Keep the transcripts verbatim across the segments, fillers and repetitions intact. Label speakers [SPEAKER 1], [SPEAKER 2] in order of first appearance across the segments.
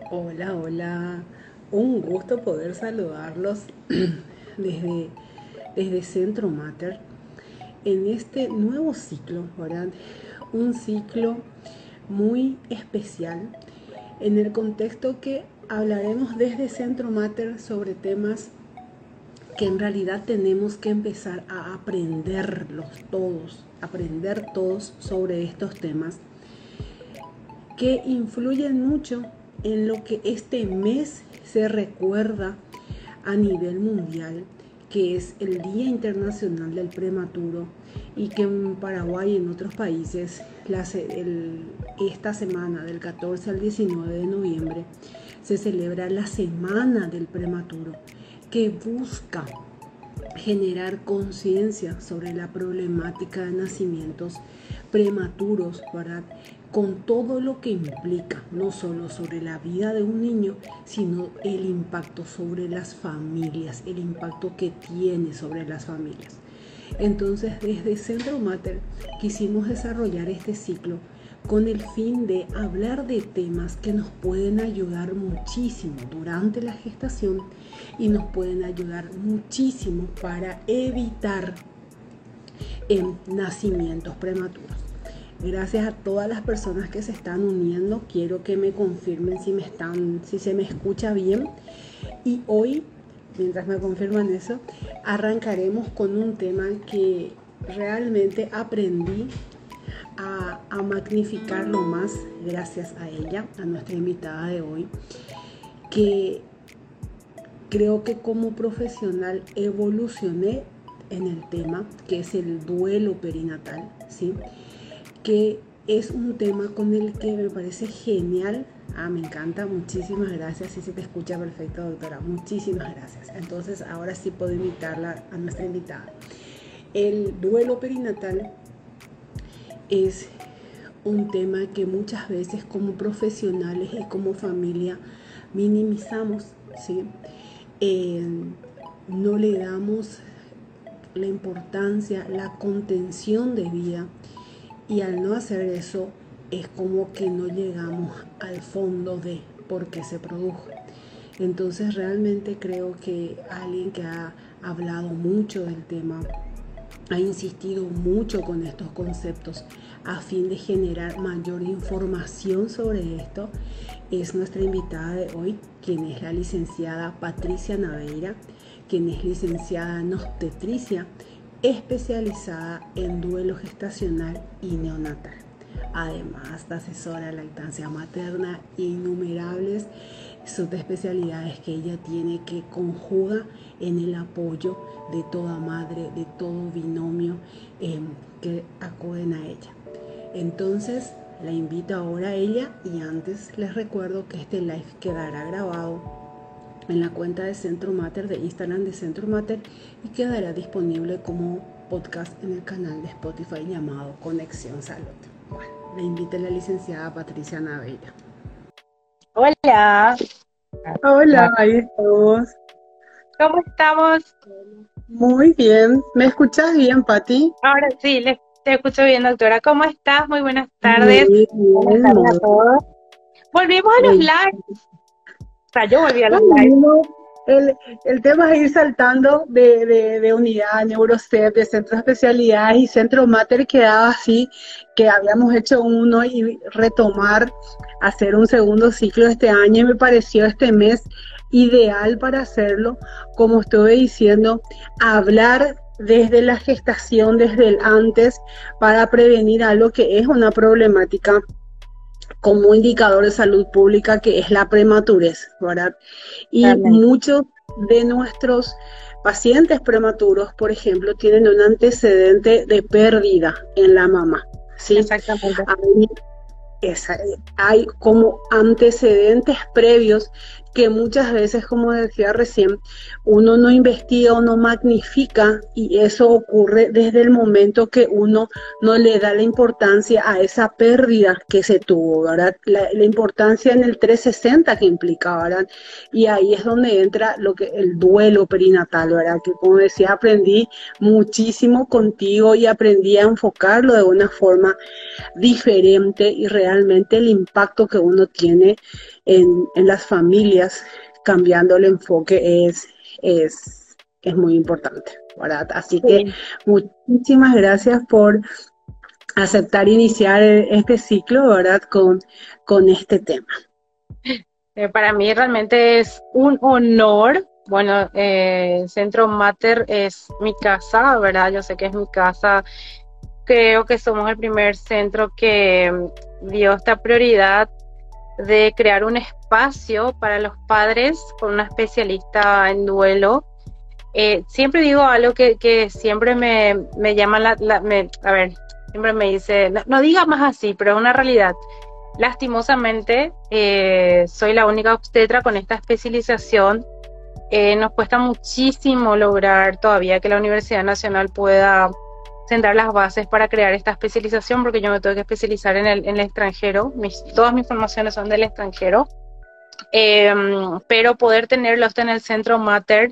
[SPEAKER 1] Hola, hola. Un gusto poder saludarlos desde, desde Centro Mater en este nuevo ciclo, ¿verdad? Un ciclo muy especial en el contexto que hablaremos desde Centro Mater sobre temas que en realidad tenemos que empezar a aprenderlos todos, aprender todos sobre estos temas que influyen mucho en lo que este mes se recuerda a nivel mundial, que es el Día Internacional del Prematuro, y que en Paraguay y en otros países la, el, esta semana del catorce al diecinueve de noviembre se celebra la Semana del Prematuro, que busca generar conciencia sobre la problemática de nacimientos prematuros, ¿verdad? Con todo lo que implica, no solo sobre la vida de un niño, sino el impacto sobre las familias, el impacto que tiene sobre las familias. Entonces, desde Centro Mater quisimos desarrollar este ciclo con el fin de hablar de temas que nos pueden ayudar muchísimo durante la gestación y nos pueden ayudar muchísimo para evitar eh, nacimientos prematuros. Gracias a todas las personas que se están uniendo. Quiero que me confirmen si me están, si se me escucha bien. Y hoy, mientras me confirman eso, arrancaremos con un tema que realmente aprendí a, a magnificarlo más gracias a ella, a nuestra invitada de hoy, que creo que como profesional evolucioné en el tema, que es el duelo perinatal, ¿sí? Que es un tema con el que me parece genial. Ah, me encanta, muchísimas gracias. Sí, se te escucha perfecto, doctora. Muchísimas gracias. Entonces, ahora sí puedo invitarla a nuestra invitada. El duelo perinatal es un tema que muchas veces como profesionales y como familia minimizamos, ¿sí? Eh, no le damos la importancia, la contención de vida. Y al no hacer eso, es como que no llegamos al fondo de por qué se produjo. Entonces realmente creo que alguien que ha hablado mucho del tema, ha insistido mucho con estos conceptos a fin de generar mayor información sobre esto, es nuestra invitada de hoy, quien es la licenciada Patricia Naveira, quien es licenciada en obstetricia, especializada en duelo gestacional y neonatal. Además, de asesora de lactancia materna e innumerables subespecialidades que ella tiene, que conjuga en el apoyo de toda madre, de todo binomio eh, que acuden a ella. Entonces, la invito ahora a ella, y antes les recuerdo que este live quedará grabado en la cuenta de Centro Mater, de Instagram de Centro Mater, y quedará disponible como podcast en el canal de Spotify llamado Conexión Salud. Bueno, le invito a la licenciada Patricia Naveira.
[SPEAKER 2] Hola.
[SPEAKER 1] Hola, ahí estamos.
[SPEAKER 2] ¿Cómo estamos?
[SPEAKER 1] Muy bien. ¿Me escuchas bien, Pati?
[SPEAKER 2] Ahora sí, les, te escucho bien, doctora. ¿Cómo estás? Muy buenas tardes.
[SPEAKER 1] Muy
[SPEAKER 2] Buenas
[SPEAKER 1] bien,
[SPEAKER 2] tardes a
[SPEAKER 1] muy
[SPEAKER 2] todos. Volvimos a los
[SPEAKER 1] bien.
[SPEAKER 2] lives. O sea, yo volví a los lives.
[SPEAKER 1] Bueno, el, el tema es ir saltando de, de, de unidad, Neurocep, de centro de especialidades y centro mater, quedaba así, que habíamos hecho uno y retomar, hacer un segundo ciclo este año, y me pareció este mes ideal para hacerlo, como estuve diciendo, hablar desde la gestación, desde el antes, para prevenir algo que es una problemática como indicador de salud pública, que es la prematurez, ¿verdad? Y
[SPEAKER 2] Realmente.
[SPEAKER 1] muchos de nuestros pacientes prematuros, por ejemplo, tienen un antecedente de pérdida en la mamá, ¿sí?
[SPEAKER 2] Exactamente.
[SPEAKER 1] Hay, esa, hay como antecedentes previos que muchas veces, como decía recién, uno no investiga o no magnifica, y eso ocurre desde el momento que uno no le da la importancia a esa pérdida que se tuvo, ¿verdad? La, la importancia en el trescientos sesenta que implica, ¿verdad? Y ahí es donde entra lo que el duelo perinatal, ¿verdad? Que como decía, aprendí muchísimo contigo y aprendí a enfocarlo de una forma diferente, y realmente el impacto que uno tiene en, en las familias, cambiando el enfoque es, es, es muy importante, ¿verdad? Así que
[SPEAKER 2] Sí.
[SPEAKER 1] muchísimas gracias por aceptar iniciar este ciclo, ¿verdad? Con, con este tema.
[SPEAKER 2] Eh, para mí realmente es un honor. Bueno, eh, Centro Mater es mi casa, ¿verdad? Yo sé que es mi casa. Creo que somos el primer centro que mm, dio esta prioridad de crear un espacio para los padres con una especialista en duelo. Eh, siempre digo algo que, que siempre me, me llama la, la me, a ver, siempre me dice, no, no diga más así, pero es una realidad. Lastimosamente, eh, soy la única obstetra con esta especialización. Eh, nos cuesta muchísimo lograr todavía que la Universidad Nacional pueda sentar las bases para crear esta especialización, porque yo me tengo que especializar en el, en el extranjero. Mis, todas mis formaciones son del extranjero. Eh, pero poder tenerlo hasta en el Centro Mater,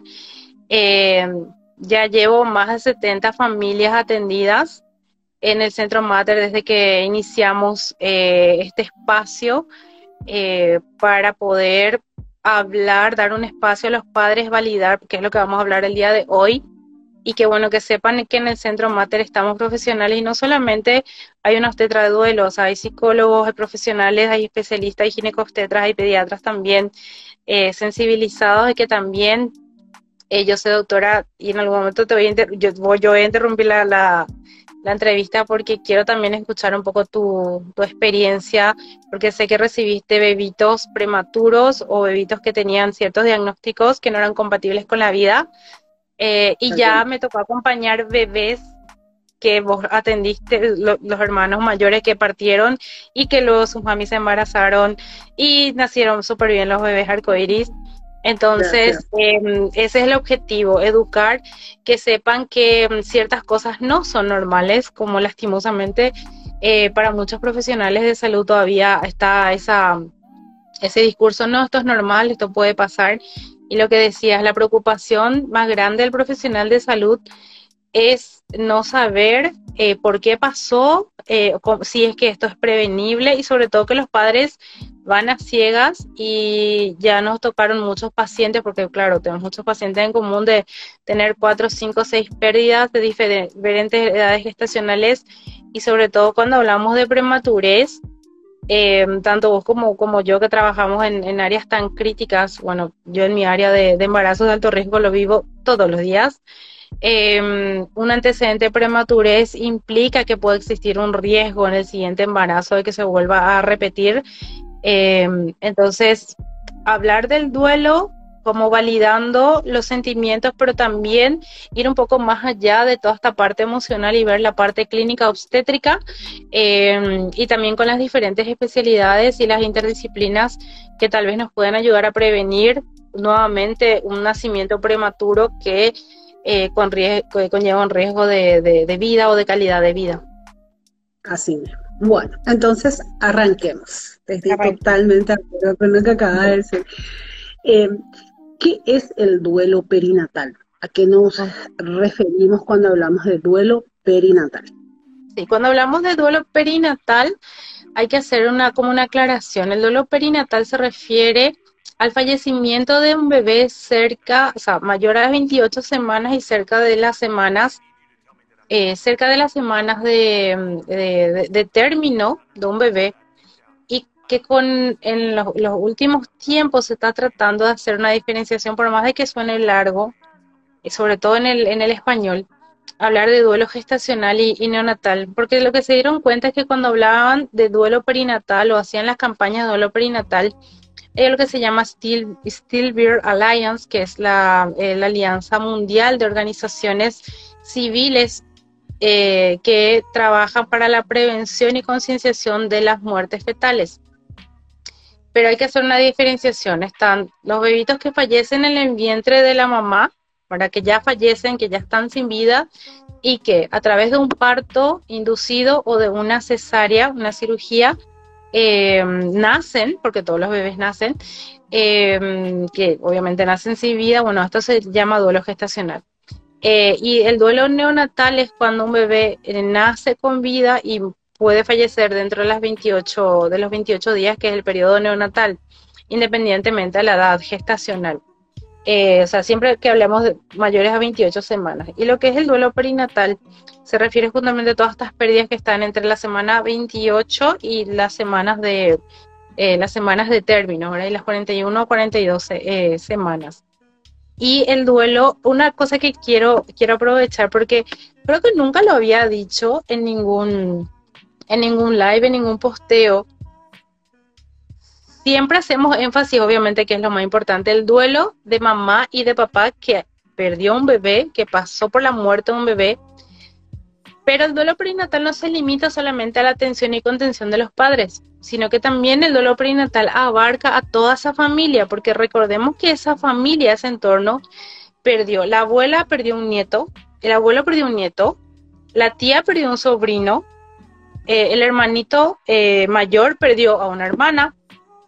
[SPEAKER 2] eh, ya llevo más de setenta familias atendidas en el Centro Mater desde que iniciamos eh, este espacio, eh, para poder hablar, dar un espacio a los padres, validar, que es lo que vamos a hablar el día de hoy, y que bueno, que sepan que en el Centro Mater estamos profesionales y no solamente hay una obstetra de duelo, o sea, hay psicólogos, hay profesionales, hay especialistas, hay ginecobstetras, hay pediatras también eh, sensibilizados, y que también eh, yo soy doctora y en algún momento te voy a, inter yo, voy, yo voy a interrumpir la, la, la entrevista porque quiero también escuchar un poco tu, tu experiencia, porque sé que recibiste bebitos prematuros o bebitos que tenían ciertos diagnósticos que no eran compatibles con la vida, eh, y ya me tocó acompañar bebés que vos atendiste, lo, los hermanos mayores que partieron y que luego sus mamis se embarazaron y nacieron súper bien los bebés arcoíris. Entonces, eh, ese es el objetivo, educar, que sepan que um, ciertas cosas no son normales, como lastimosamente eh, para muchos profesionales de salud todavía está esa, ese discurso, no, esto es normal, esto puede pasar. Y lo que decías, la preocupación más grande del profesional de salud es no saber eh, por qué pasó, eh, si es que esto es prevenible, y sobre todo que los padres van a ciegas. Y ya nos tocaron muchos pacientes, porque claro, tenemos muchos pacientes en común de tener cuatro, cinco, seis pérdidas de diferentes edades gestacionales, y sobre todo cuando hablamos de prematurez, eh, tanto vos como, como yo que trabajamos en, en áreas tan críticas, bueno, yo en mi área de, de embarazo de alto riesgo lo vivo todos los días. Eh, un antecedente de prematurez implica que puede existir un riesgo en el siguiente embarazo de que se vuelva a repetir. Eh, entonces, hablar del duelo como validando los sentimientos, pero también ir un poco más allá de toda esta parte emocional y ver la parte clínica obstétrica, eh, y también con las diferentes especialidades y las interdisciplinas que tal vez nos puedan ayudar a prevenir nuevamente un nacimiento prematuro que Eh, con riesgo, que conlleva un riesgo de, de, de vida o de calidad de vida.
[SPEAKER 1] Así mismo. Bueno, entonces arranquemos. Estoy
[SPEAKER 2] Arranque.
[SPEAKER 1] totalmente de acuerdo con lo que acaba de decir. Eh, ¿Qué es el duelo perinatal? ¿A qué nos referimos cuando hablamos de duelo perinatal?
[SPEAKER 2] Sí, cuando hablamos de duelo perinatal, hay que hacer una, como una aclaración. El duelo perinatal se refiere al fallecimiento de un bebé cerca, o sea, mayor a las veintiocho semanas y cerca de las semanas, eh, cerca de las semanas de, de, de, de término de un bebé, y que con, en los, los últimos tiempos se está tratando de hacer una diferenciación, por más de que suene largo, y sobre todo en el, en el español, hablar de duelo gestacional y, y neonatal, porque lo que se dieron cuenta es que cuando hablaban de duelo perinatal o hacían las campañas de duelo perinatal, hay lo que se llama Still, Stillbirth Alliance, que es la, eh, la alianza mundial de organizaciones civiles eh, que trabajan para la prevención y concienciación de las muertes fetales. Pero hay que hacer una diferenciación. Están los bebitos que fallecen en el vientre de la mamá, para que ya fallecen, que ya están sin vida, y que a través de un parto inducido o de una cesárea, una cirugía, eh, nacen, porque todos los bebés nacen, eh, que obviamente nacen sin vida. Bueno, esto se llama duelo gestacional. Eh, y el duelo neonatal es cuando un bebé eh, nace con vida y puede fallecer dentro de, las veintiocho, de los veintiocho días, que es el periodo neonatal. independientemente de la edad gestacional. Eh, o sea, siempre que hablamos de mayores a veintiocho semanas. Y lo que es el duelo perinatal se refiere justamente a todas estas pérdidas que están entre la semana veintiocho y las semanas de, eh, las semanas de término, ¿verdad? Y las cuarenta y uno o cuarenta y dos eh, semanas. Y el duelo, una cosa que quiero, quiero aprovechar, porque creo que nunca lo había dicho en ningún, en ningún live, en ningún posteo. Siempre hacemos énfasis, obviamente, que es lo más importante, el duelo de mamá y de papá que perdió un bebé, que pasó por la muerte de un bebé. Pero el duelo perinatal no se limita solamente a la atención y contención de los padres, sino que también el duelo perinatal abarca a toda esa familia, porque recordemos que esa familia, ese entorno, perdió, la abuela perdió un nieto, el abuelo perdió un nieto, la tía perdió un sobrino, eh, el hermanito eh, mayor perdió a una hermana,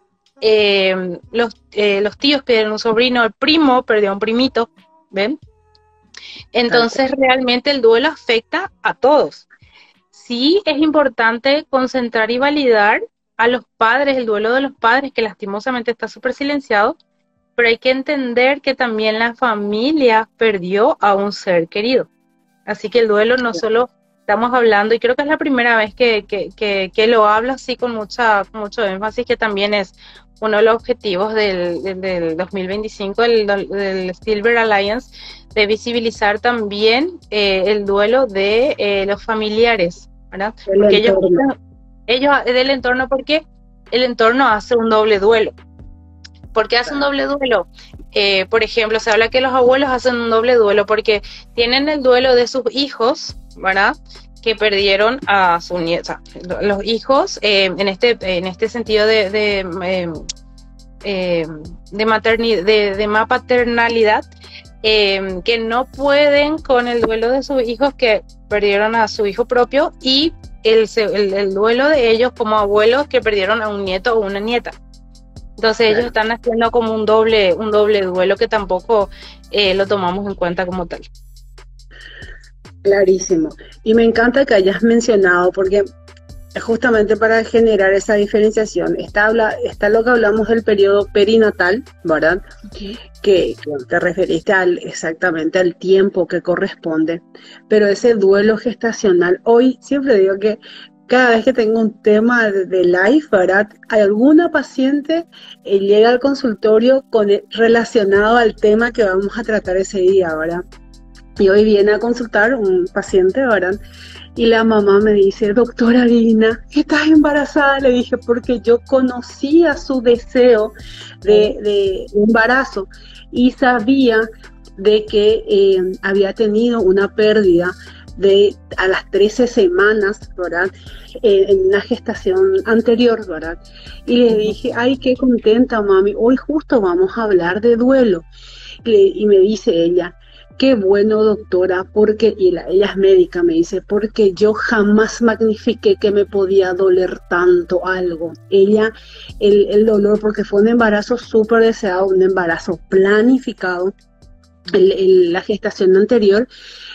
[SPEAKER 2] eh, los, eh, los tíos perdieron un sobrino, el primo perdió a un primito, ¿ven? Entonces realmente el duelo afecta a todos. Sí es importante concentrar y validar a los padres, el duelo de los padres, que lastimosamente está súper silenciado, pero hay que entender que también la familia perdió a un ser querido. Así que el duelo no solo estamos hablando, y creo que es la primera vez que, que, que, que lo hablo así con, mucha, con mucho énfasis, que también es uno de los objetivos del, del, del dos mil veinticinco, del, del Silver Alliance, de visibilizar también eh, el duelo de eh, los familiares, ¿verdad? Porque ellos, ellos, del entorno, porque el entorno hace un doble duelo. ¿Por qué hace un doble duelo? Eh, por ejemplo, se habla que los abuelos hacen un doble duelo porque tienen el duelo de sus hijos, ¿verdad?, que perdieron a su nieta. Los hijos, eh, en este en este sentido de de, eh, eh, de, maternidad, de, de más paternalidad, eh, que no pueden con el duelo de sus hijos que perdieron a su hijo propio, y el, el, el duelo de ellos como abuelos que perdieron a un nieto o una nieta. Entonces ellos están haciendo como un doble, un doble duelo que tampoco eh, lo tomamos en cuenta como tal.
[SPEAKER 1] Clarísimo. Y me encanta que hayas mencionado, porque justamente para generar esa diferenciación, está, habla, está lo que hablamos del periodo perinatal, ¿verdad? Okay. Que, que te referiste al, exactamente al tiempo que corresponde, pero ese duelo gestacional, hoy siempre digo que cada vez que tengo un tema de, de live, ¿verdad?, hay alguna paciente eh, llega al consultorio con, relacionado al tema que vamos a tratar ese día, ¿verdad? Y hoy viene a consultar un paciente, ¿verdad? Y la mamá me dice: doctora Dina, ¿estás embarazada? Le dije, porque yo conocía su deseo de, de embarazo y sabía de que eh, había tenido una pérdida de a las trece semanas, ¿verdad?, eh, en una gestación anterior, ¿verdad? Y le dije: ay, qué contenta, mami, hoy justo vamos a hablar de duelo. Y, y me dice ella: qué bueno, doctora, porque, y la, ella es médica, me dice, porque yo jamás magnifiqué que me podía doler tanto algo. Ella, el, el dolor, porque fue un embarazo súper deseado, un embarazo planificado, el, el, la gestación anterior,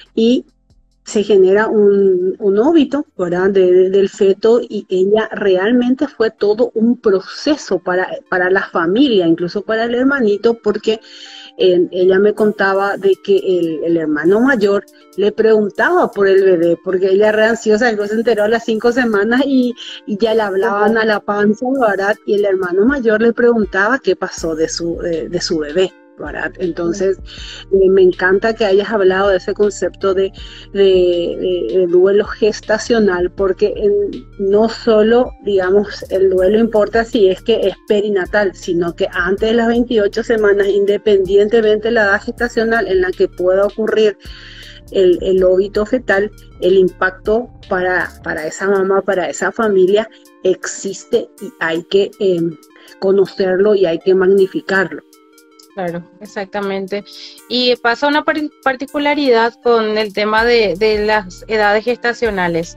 [SPEAKER 1] y se genera un, un óbito, ¿verdad?, de, de, del feto, y ella realmente fue todo un proceso para, para la familia, incluso para el hermanito, porque eh, ella me contaba de que el, el hermano mayor le preguntaba por el bebé, porque ella era ansiosa, luego se enteró a las cinco semanas y, y ya le hablaban a la panza, ¿verdad?, y el hermano mayor le preguntaba qué pasó de su, de, de su bebé, ¿verdad? Entonces, eh, me encanta que hayas hablado de ese concepto de, de, de, de duelo gestacional, porque en, no solo, digamos, el duelo importa si es que es perinatal, sino que antes de las veintiocho semanas, independientemente de la edad gestacional en la que pueda ocurrir el, el óbito fetal, el impacto para, para esa mamá, para esa familia, existe y hay que eh, conocerlo y hay que magnificarlo.
[SPEAKER 2] Claro, exactamente. Y pasa una particularidad con el tema de, de las edades gestacionales.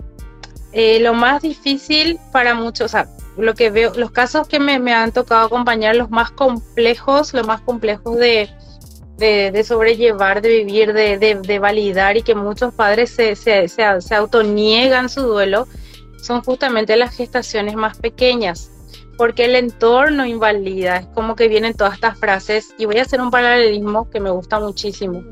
[SPEAKER 2] Eh, lo más difícil para muchos, o sea, lo que veo, los casos que me, me han tocado acompañar, los más complejos, los más complejos de, de, de sobrellevar, de vivir, de, de, de validar, y que muchos padres se, se, se, se autoniegan su duelo, son justamente las gestaciones más pequeñas. porque el entorno invalida, es como que vienen todas estas frases, y voy a hacer un paralelismo que me gusta muchísimo,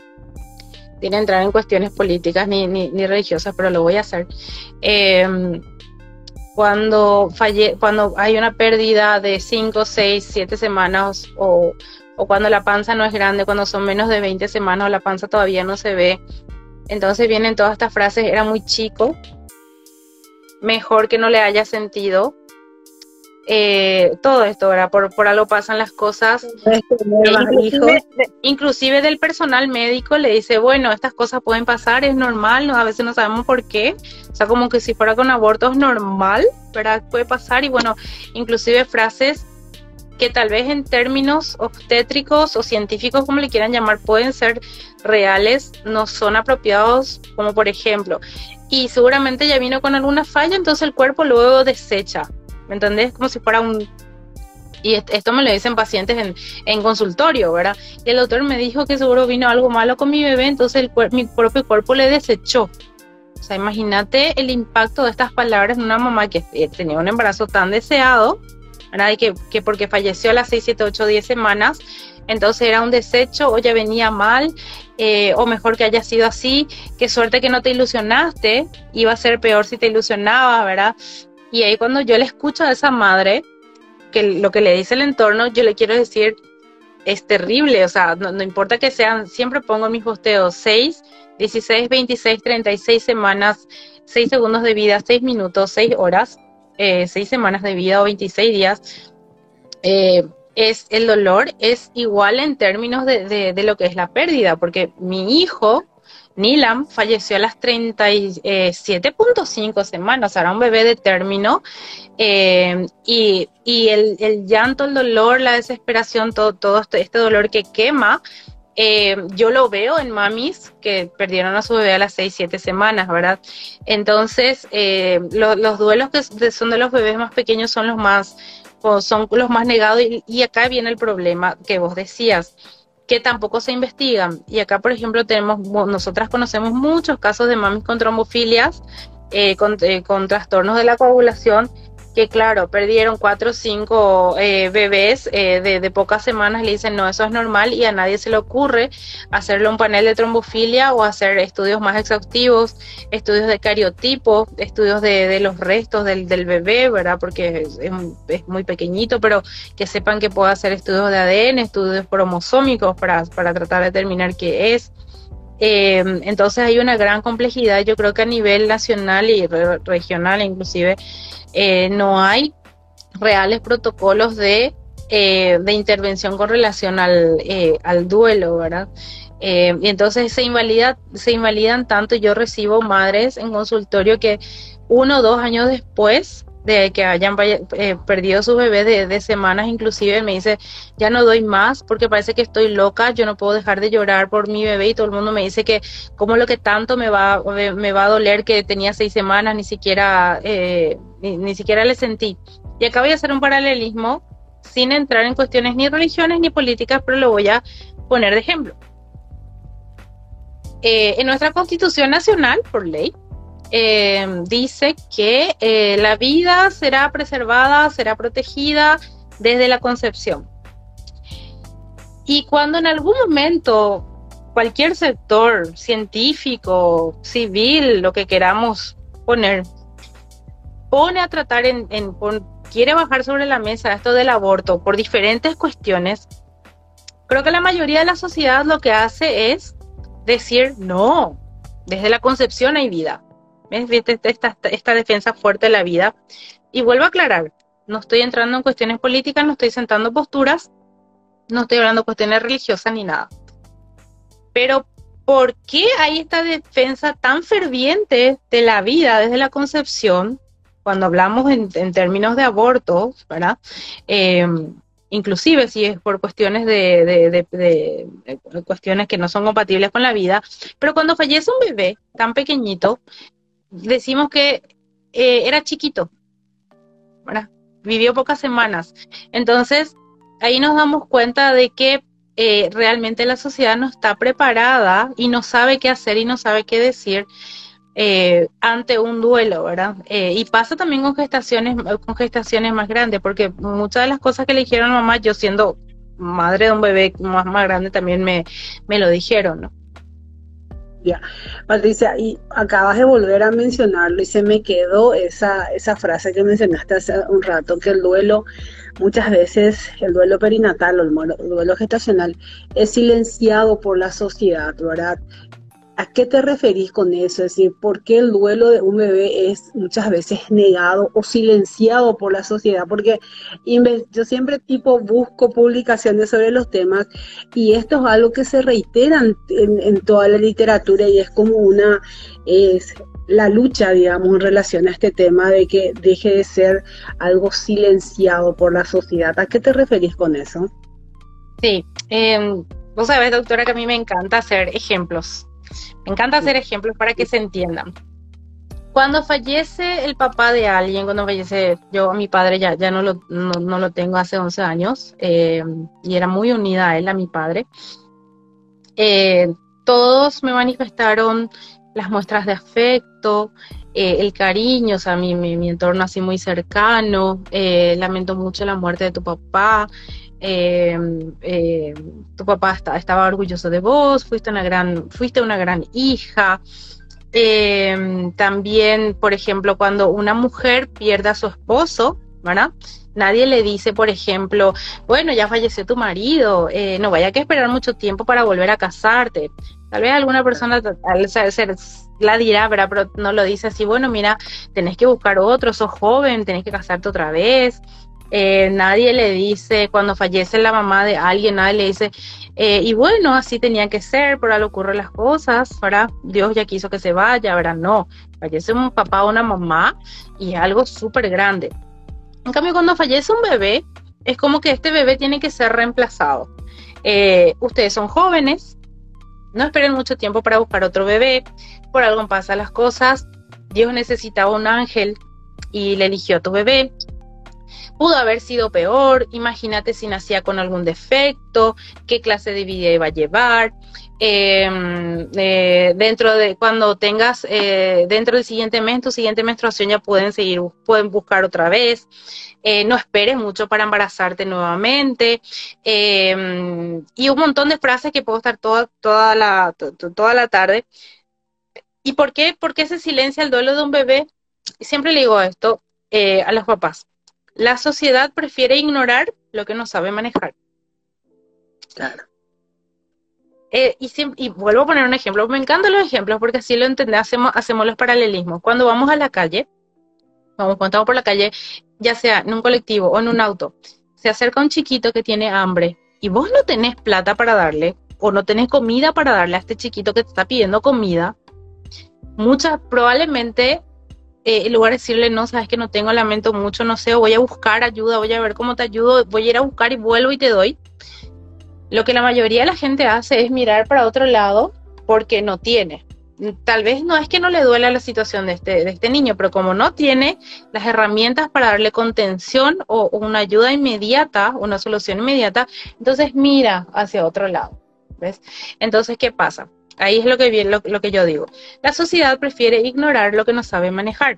[SPEAKER 2] sin entrar en cuestiones políticas ni, ni, ni religiosas, pero lo voy a hacer. Eh, cuando, falle, cuando hay una pérdida de cinco, seis, siete semanas, o, o cuando la panza no es grande, cuando son menos de veinte semanas o la panza todavía no se ve, entonces vienen todas estas frases: era muy chico, mejor que no le haya sentido. Eh, todo esto, ¿verdad? Por, por algo pasan las cosas. Eh, inclusive, inclusive del personal médico le dice, bueno, estas cosas pueden pasar, es normal, ¿no? A veces no sabemos por qué, o sea, como que si fuera con aborto es normal, ¿verdad? Puede pasar. Y bueno, inclusive frases que tal vez en términos obstétricos o científicos, como le quieran llamar, pueden ser reales, no son apropiados, como por ejemplo, y seguramente ya vino con alguna falla, entonces el cuerpo luego desecha. ¿Me entendés? Como si fuera un... Y esto me lo dicen pacientes en, en consultorio, ¿verdad? Y el doctor me dijo que seguro vino algo malo con mi bebé, entonces el cuer mi propio cuerpo le desechó. O sea, imagínate el impacto de estas palabras en una mamá que tenía un embarazo tan deseado, ¿verdad? Y que, que porque falleció a las seis, siete, ocho, diez semanas, entonces era un desecho, o ya venía mal, eh, o mejor que haya sido así, qué suerte que no te ilusionaste, iba a ser peor si te ilusionabas, ¿verdad? Y ahí cuando yo le escucho a esa madre, que lo que le dice el entorno, yo le quiero decir, es terrible, o sea, no, no importa que sean, siempre pongo en mis posteos seis, dieciséis, veintiséis, treinta y seis semanas, seis segundos de vida, seis minutos, seis horas, eh, seis semanas de vida o veintiséis días, eh, es, el dolor es igual en términos de, de, de lo que es la pérdida, porque mi hijo... Nilam falleció a las treinta y siete punto cinco semanas, o sea, era un bebé de término, eh, y, y el, el llanto, el dolor, la desesperación, todo, todo este, este dolor que quema, eh, yo lo veo en mamis que perdieron a su bebé a las seis, siete semanas, ¿verdad? Entonces, eh, lo, los duelos que son de los bebés más pequeños son los más, son los más negados, y, y acá viene el problema que vos decías, que tampoco se investigan. Y acá, por ejemplo, tenemos, nosotras conocemos muchos casos de mamis con trombofilias, eh, con, eh, con trastornos de la coagulación, que claro, perdieron cuatro o cinco eh, bebés eh, de, de pocas semanas, le dicen, no, eso es normal, y a nadie se le ocurre hacerle un panel de trombofilia o hacer estudios más exhaustivos, estudios de cariotipo, estudios de, de los restos del, del bebé, ¿verdad? Porque es, es muy pequeñito, pero que sepan que puede hacer estudios de A D N, estudios cromosómicos para, para tratar de determinar qué es. Eh, entonces hay una gran complejidad, yo creo que a nivel nacional y re regional inclusive, eh, no hay reales protocolos de, eh, de intervención con relación al, eh, al duelo, ¿verdad? Eh, y entonces se, invalida, se invalidan tanto. Yo recibo madres en consultorio que uno o dos años después de que hayan eh, perdido su bebé de, de semanas, inclusive me dice, ya no doy más porque parece que estoy loca, yo no puedo dejar de llorar por mi bebé, y todo el mundo me dice que como lo que tanto me va, me, me va a doler, que tenía seis semanas, ni siquiera, eh, ni, ni siquiera le sentí. Y acá voy a hacer un paralelismo sin entrar en cuestiones ni religiones ni políticas, pero lo voy a poner de ejemplo. Eh, en nuestra Constitución Nacional, por ley, Eh, dice que eh, la vida será preservada, será protegida desde la concepción. Y cuando en algún momento cualquier sector científico, civil, lo que queramos poner, pone a tratar en, en pon, quiere bajar sobre la mesa esto del aborto por diferentes cuestiones, creo que la mayoría de la sociedad lo que hace es decir, no, desde la concepción hay vida. Esta, esta, esta defensa fuerte de la vida. Y vuelvo a aclarar, no estoy entrando en cuestiones políticas, no estoy sentando posturas, no estoy hablando de cuestiones religiosas ni nada. Pero ¿por qué hay esta defensa tan ferviente de la vida desde la concepción cuando hablamos en, en términos de abortos, ¿verdad? Eh, inclusive si es por cuestiones de, de, de, de, de cuestiones que no son compatibles con la vida, pero cuando fallece un bebé tan pequeñito, decimos que eh, era chiquito, ¿verdad? Vivió pocas semanas. Entonces, ahí nos damos cuenta de que eh, realmente la sociedad no está preparada y no sabe qué hacer y no sabe qué decir eh, ante un duelo, ¿verdad? Eh, y pasa también con gestaciones, con gestaciones más grandes, porque muchas de las cosas que le dijeron a mamá, yo siendo madre de un bebé más, más grande, también me, me lo dijeron, ¿no?
[SPEAKER 1] Ya, Patricia, y acabas de volver a mencionarlo y se me quedó esa, esa frase que mencionaste hace un rato, que el duelo, muchas veces el duelo perinatal o el duelo, el duelo gestacional es silenciado por la sociedad, ¿verdad? ¿A qué te referís con eso? Es decir, ¿por qué el duelo de un bebé es muchas veces negado o silenciado por la sociedad? Porque yo siempre tipo busco publicaciones sobre los temas y esto es algo que se reitera en, en, en toda la literatura y es como una, es la lucha, digamos, en relación a este tema de que deje de ser algo silenciado por la sociedad. ¿A qué te referís con eso?
[SPEAKER 2] Sí, eh, vos sabés, doctora, que a mí me encanta hacer ejemplos. Me encanta hacer ejemplos para que se entiendan. Cuando fallece el papá de alguien, cuando fallece yo, a mi padre ya, ya no, lo, no, no lo tengo hace once años, eh, y era muy unida a él, a mi padre, eh, todos me manifestaron las muestras de afecto, eh, el cariño, o sea, mi, mi, mi entorno así muy cercano, eh, lamento mucho la muerte de tu papá, eh, eh, tu papá está, estaba orgulloso de vos, fuiste una gran, fuiste una gran hija. Eh, también, por ejemplo, cuando una mujer pierde a su esposo, ¿verdad? Nadie le dice, por ejemplo, bueno, ya falleció tu marido, eh, no vaya a que esperar mucho tiempo para volver a casarte. Tal vez alguna persona al ser, ser, la dirá, ¿verdad? Pero no lo dice así, bueno, mira, tenés que buscar otro, sos joven, tenés que casarte otra vez. Eh, nadie le dice, cuando fallece la mamá de alguien, nadie le dice, eh, y bueno, así tenía que ser, por algo ocurren las cosas, ¿verdad? Dios ya quiso que se vaya, ¿verdad? No, fallece un papá o una mamá y es algo súper grande. En cambio, cuando fallece un bebé, es como que este bebé tiene que ser reemplazado. Eh, ustedes son jóvenes, no esperen mucho tiempo para buscar otro bebé, por algo pasan las cosas, Dios necesitaba un ángel y le eligió a tu bebé. Pudo haber sido peor, imagínate si nacía con algún defecto, qué clase de vida iba a llevar, eh, eh, dentro de cuando tengas, eh, dentro del siguiente mes, tu siguiente menstruación ya pueden seguir, pueden buscar otra vez, eh, no esperes mucho para embarazarte nuevamente, eh, y un montón de frases que puedo estar toda, toda, la, toda la tarde. ¿Y por qué, por qué se silencia el duelo de un bebé? Siempre le digo esto eh, a los papás. La sociedad prefiere ignorar lo que no sabe manejar.
[SPEAKER 1] Claro.
[SPEAKER 2] Eh, y, siempre, y vuelvo a poner un ejemplo. Me encantan los ejemplos porque así lo entendemos, hacemos, hacemos los paralelismos. Cuando vamos a la calle, vamos, cuando estamos por la calle, ya sea en un colectivo o en un auto, se acerca un chiquito que tiene hambre y vos no tenés plata para darle o no tenés comida para darle a este chiquito que te está pidiendo comida, muchas probablemente... Eh, en lugar de decirle, no, sabes que no tengo, lamento mucho, no sé, voy a buscar ayuda, voy a ver cómo te ayudo, voy a ir a buscar y vuelvo y te doy. Lo que la mayoría de la gente hace es mirar para otro lado porque no tiene. Tal vez no es que no le duela la situación de este, de este niño, pero como no tiene las herramientas para darle contención o, o una ayuda inmediata, una solución inmediata, entonces mira hacia otro lado, ¿ves? Entonces, ¿qué pasa? Ahí es lo que, lo, lo que yo digo. La sociedad prefiere ignorar lo que no sabe manejar.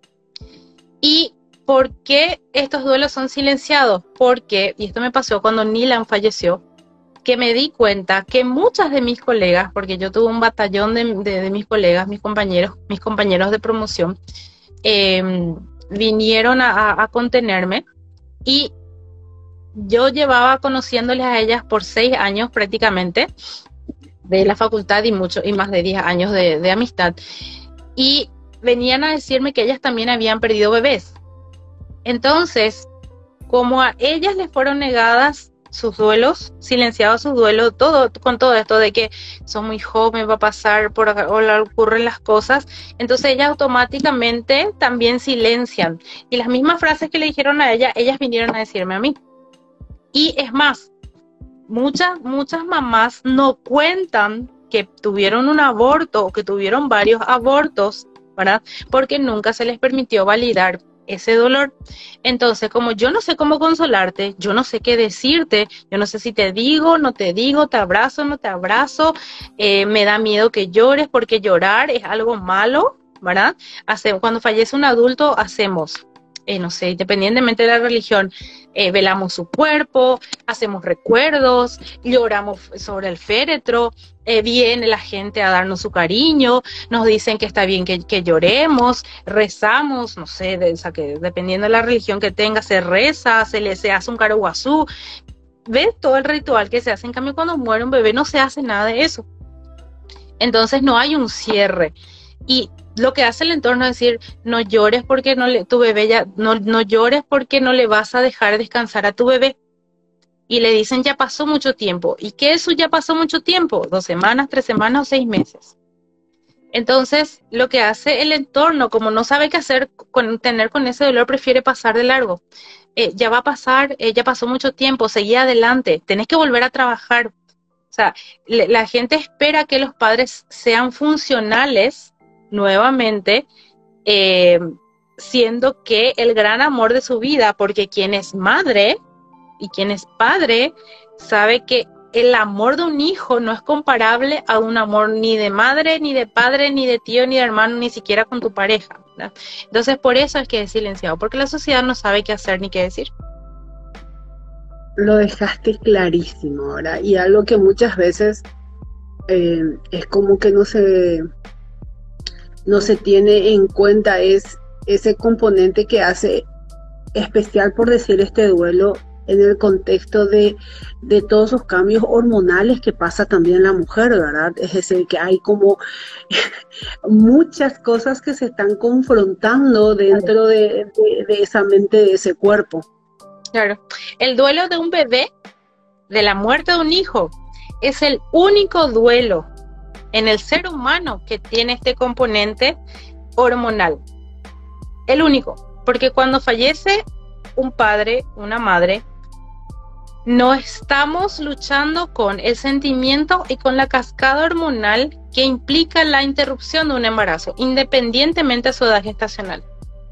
[SPEAKER 2] ¿Y por qué estos duelos son silenciados? Porque, y esto me pasó cuando Nilan falleció, que me di cuenta que muchas de mis colegas, porque yo tuve un batallón de, de, de mis colegas, mis compañeros, mis compañeros de promoción, eh, vinieron a, a contenerme y yo llevaba conociéndoles a ellas por seis años prácticamente, de la facultad y mucho y más de diez años de, de amistad, y venían a decirme que ellas también habían perdido bebés. Entonces, como a ellas les fueron negadas sus duelos, silenciados sus duelos, todo con todo esto de que son muy jóvenes, va a pasar por acá, o le ocurren las cosas, entonces ellas automáticamente también silencian, y las mismas frases que le dijeron a ella, ellas vinieron a decirme a mí. Y es más, Muchas, muchas mamás no cuentan que tuvieron un aborto o que tuvieron varios abortos, ¿verdad? Porque nunca se les permitió validar ese dolor. Entonces, como yo no sé cómo consolarte, yo no sé qué decirte, yo no sé si te digo, no te digo, te abrazo, no te abrazo, eh, me da miedo que llores porque llorar es algo malo, ¿verdad? Hace, cuando fallece un adulto, hacemos, eh, no sé, independientemente de la religión, eh, velamos su cuerpo, hacemos recuerdos, lloramos sobre el féretro, eh, viene la gente a darnos su cariño, nos dicen que está bien que, que lloremos, rezamos, no sé, de, o sea, que dependiendo de la religión que tenga, se reza, se le se hace un caraguazú, ves todo el ritual que se hace. En cambio, cuando muere un bebé no se hace nada de eso. Entonces no hay un cierre. Y lo que hace el entorno es decir, no llores porque no le, tu bebé ya, no, no llores porque no le vas a dejar descansar a tu bebé. Y le dicen, ya pasó mucho tiempo. ¿Y qué eso ya pasó mucho tiempo? Dos semanas, tres semanas o seis meses. Entonces, lo que hace el entorno, como no sabe qué hacer con tener con ese dolor, prefiere pasar de largo. Eh, ya va a pasar, eh, ya pasó mucho tiempo, seguí adelante, tenés que volver a trabajar. O sea, le, la gente espera que los padres sean funcionales nuevamente, eh, siendo que el gran amor de su vida, porque quien es madre y quien es padre sabe que el amor de un hijo no es comparable a un amor ni de madre, ni de padre, ni de tío, ni de hermano, ni siquiera con tu pareja, ¿verdad? Entonces por eso es que es silenciado, porque la sociedad no sabe qué hacer ni qué decir.
[SPEAKER 1] Lo dejaste clarísimo, ¿verdad? Y algo que muchas veces eh, es como que no se, no se tiene en cuenta es ese componente que hace especial, por decir, este duelo en el contexto de, de todos esos cambios hormonales que pasa también la mujer, ¿verdad? Es decir, que hay como muchas cosas que se están confrontando dentro de, de, de esa mente, de ese cuerpo.
[SPEAKER 2] Claro, el duelo de un bebé, de la muerte de un hijo, es el único duelo en el ser humano que tiene este componente hormonal. El único, porque cuando fallece un padre, una madre, no estamos luchando con el sentimiento y con la cascada hormonal que implica la interrupción de un embarazo, independientemente de su edad gestacional.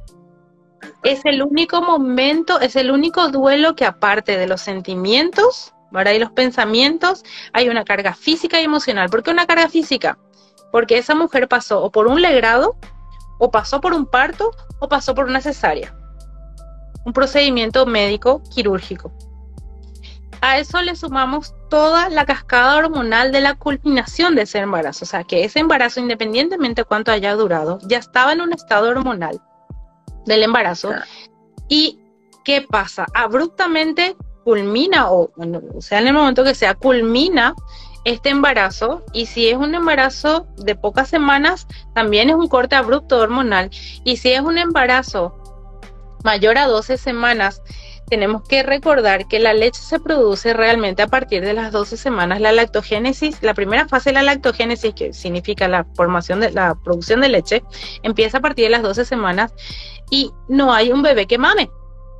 [SPEAKER 2] Es el único momento, es el único duelo que, aparte de los sentimientos, ¿verdad?, y los pensamientos, hay una carga física y emocional. ¿Por qué una carga física? Porque esa mujer pasó o por un legrado, o pasó por un parto, o pasó por una cesárea. Un procedimiento médico quirúrgico. A eso le sumamos toda la cascada hormonal de la culminación de ese embarazo. O sea, que ese embarazo, independientemente de cuánto haya durado, ya estaba en un estado hormonal del embarazo. ¿Y qué pasa? Abruptamente culmina, o, bueno, o sea, en el momento que sea, culmina este embarazo, y si es un embarazo de pocas semanas, también es un corte abrupto hormonal, y si es un embarazo mayor a doce semanas, tenemos que recordar que la leche se produce realmente a partir de las doce semanas. La lactogénesis, la primera fase de la lactogénesis, que significa la formación de la producción de leche, empieza a partir de las doce semanas y no hay un bebé que mame.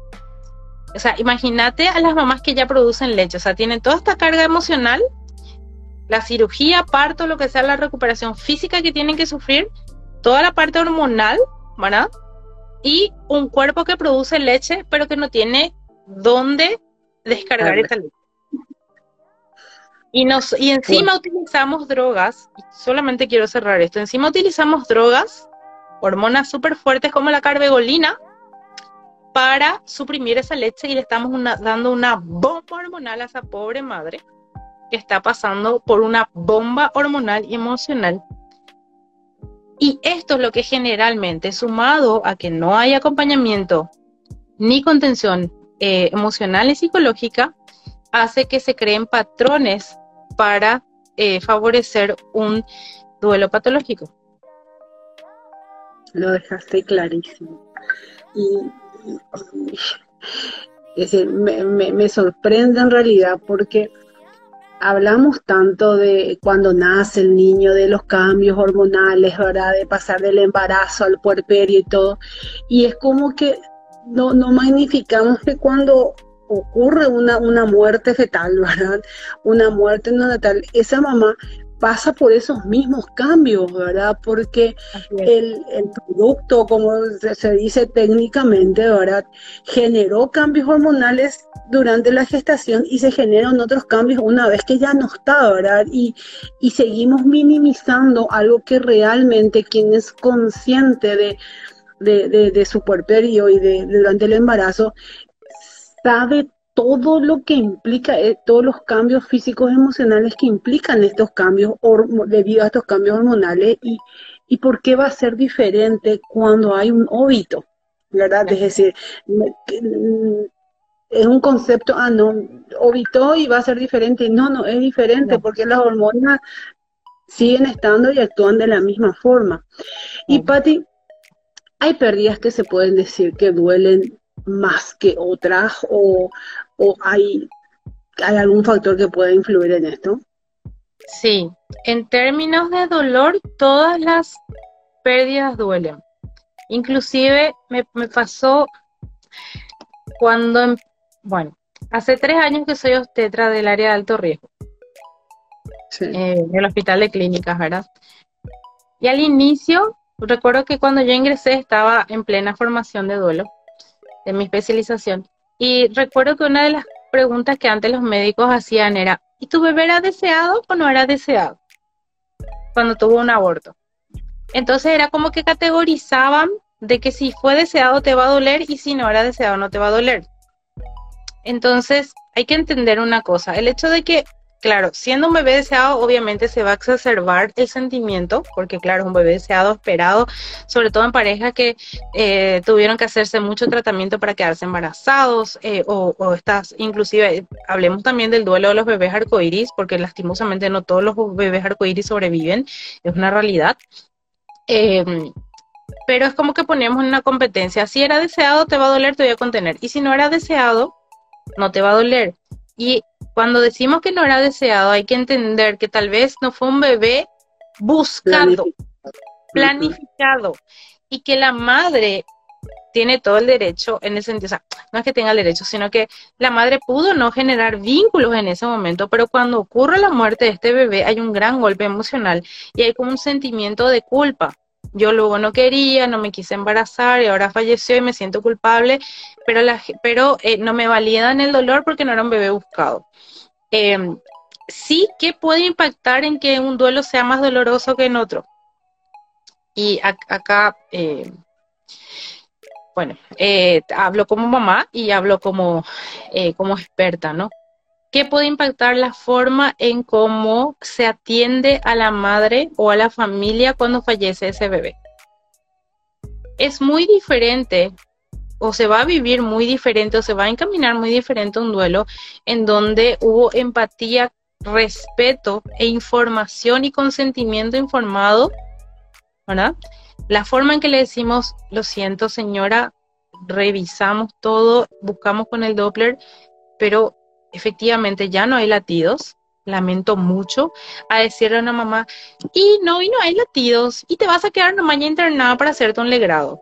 [SPEAKER 2] O sea, imagínate a las mamás que ya producen leche, o sea, tienen toda esta carga emocional, la cirugía, parto, lo que sea, la recuperación física que tienen que sufrir, toda la parte hormonal, ¿verdad? Y un cuerpo que produce leche, pero que no tiene dónde descargar esa leche. Y, nos, y encima bueno. utilizamos drogas, y solamente quiero cerrar esto, encima utilizamos drogas, hormonas súper fuertes como la carbegolina, para suprimir esa leche, y le estamos una, dando una bomba hormonal a esa pobre madre que está pasando por una bomba hormonal y emocional. Y esto es lo que generalmente, sumado a que no hay acompañamiento ni contención eh, emocional y psicológica, hace que se creen patrones para eh, favorecer un duelo patológico.
[SPEAKER 1] Lo dejaste clarísimo. Y, y, y es decir, me, me, me sorprende en realidad, porque hablamos tanto de cuando nace el niño, de los cambios hormonales, ¿verdad? De pasar del embarazo al puerperio y todo. Y es como que no, no magnificamos que cuando ocurre una, una muerte fetal, ¿verdad? Una muerte neonatal, esa mamá pasa por esos mismos cambios, ¿verdad? Porque
[SPEAKER 2] Así es.
[SPEAKER 1] el, el producto, como se, se dice técnicamente, ¿verdad? Generó cambios hormonales durante la gestación y se generan otros cambios una vez que ya no está, ¿verdad? Y, y seguimos minimizando algo que realmente quien es consciente de, de, de, de su puerperio y de, de durante el embarazo sabe todo lo que implica, eh, todos los cambios físicos, emocionales que implican estos cambios debido a estos cambios hormonales y, y por qué va a ser diferente cuando hay un óbito, ¿verdad? Es decir, es un concepto, ah, no, óbito y va a ser diferente. No, no, es diferente
[SPEAKER 2] No,
[SPEAKER 1] porque las hormonas siguen estando y actúan de la misma forma. Y
[SPEAKER 2] no.
[SPEAKER 1] Patti, hay pérdidas que se pueden decir que duelen más que otras o, o hay, hay algún factor que pueda influir en esto.
[SPEAKER 2] Sí, en términos de dolor, todas las pérdidas duelen. Inclusive me, me pasó cuando, em- bueno, hace tres años que soy obstetra del área de alto riesgo,
[SPEAKER 1] Sí,
[SPEAKER 2] eh, del hospital de clínicas, ¿verdad? Y al inicio, recuerdo que cuando yo ingresé estaba en plena formación de duelo, de mi especialización, y recuerdo que una de las preguntas que antes los médicos hacían era, ¿y tu bebé era deseado o no era deseado cuando tuvo un aborto? Entonces era como que categorizaban de que si fue deseado te va a doler y si no era deseado no te va a doler. Entonces hay que entender una cosa, el hecho de que, claro, siendo un bebé deseado obviamente se va a exacerbar el sentimiento, porque claro, es un bebé deseado, esperado, sobre todo en parejas que eh, tuvieron que hacerse mucho tratamiento para quedarse embarazados, eh, o, o estas, inclusive, hablemos también del duelo de los bebés arcoíris, porque lastimosamente no todos los bebés arcoíris sobreviven, es una realidad. Eh, pero es como que poníamos en una competencia, si era deseado te va a doler, te voy a contener, y si no era deseado, no te va a doler. Y cuando decimos que no era deseado, hay que entender que tal vez no fue un bebé buscado,
[SPEAKER 1] planificado. Uh-huh.
[SPEAKER 2] planificado, y que la madre tiene todo el derecho en el sentido, o sea, no es que tenga el derecho, sino que la madre pudo no generar vínculos en ese momento, pero cuando ocurre la muerte de este bebé hay un gran golpe emocional y hay como un sentimiento de culpa. Yo luego no quería, no me quise embarazar y ahora falleció y me siento culpable, pero, la, pero eh, no me validan el dolor porque no era un bebé buscado. Eh, sí que puede impactar en que un duelo sea más doloroso que en otro. Y a, acá... Eh, Bueno, eh, hablo como mamá y hablo como, eh, como experta, ¿no? ¿Qué puede impactar la forma en cómo se atiende a la madre o a la familia cuando fallece ese bebé? Es muy diferente, o se va a vivir muy diferente, o se va a encaminar muy diferente un duelo en donde hubo empatía, respeto e información y consentimiento informado, ¿verdad? La forma en que le decimos, lo siento señora, revisamos todo, buscamos con el Doppler, pero efectivamente ya no hay latidos, lamento mucho, a decirle a una mamá, y no, y no hay latidos, y te vas a quedar nomás ya internada para hacerte un legrado.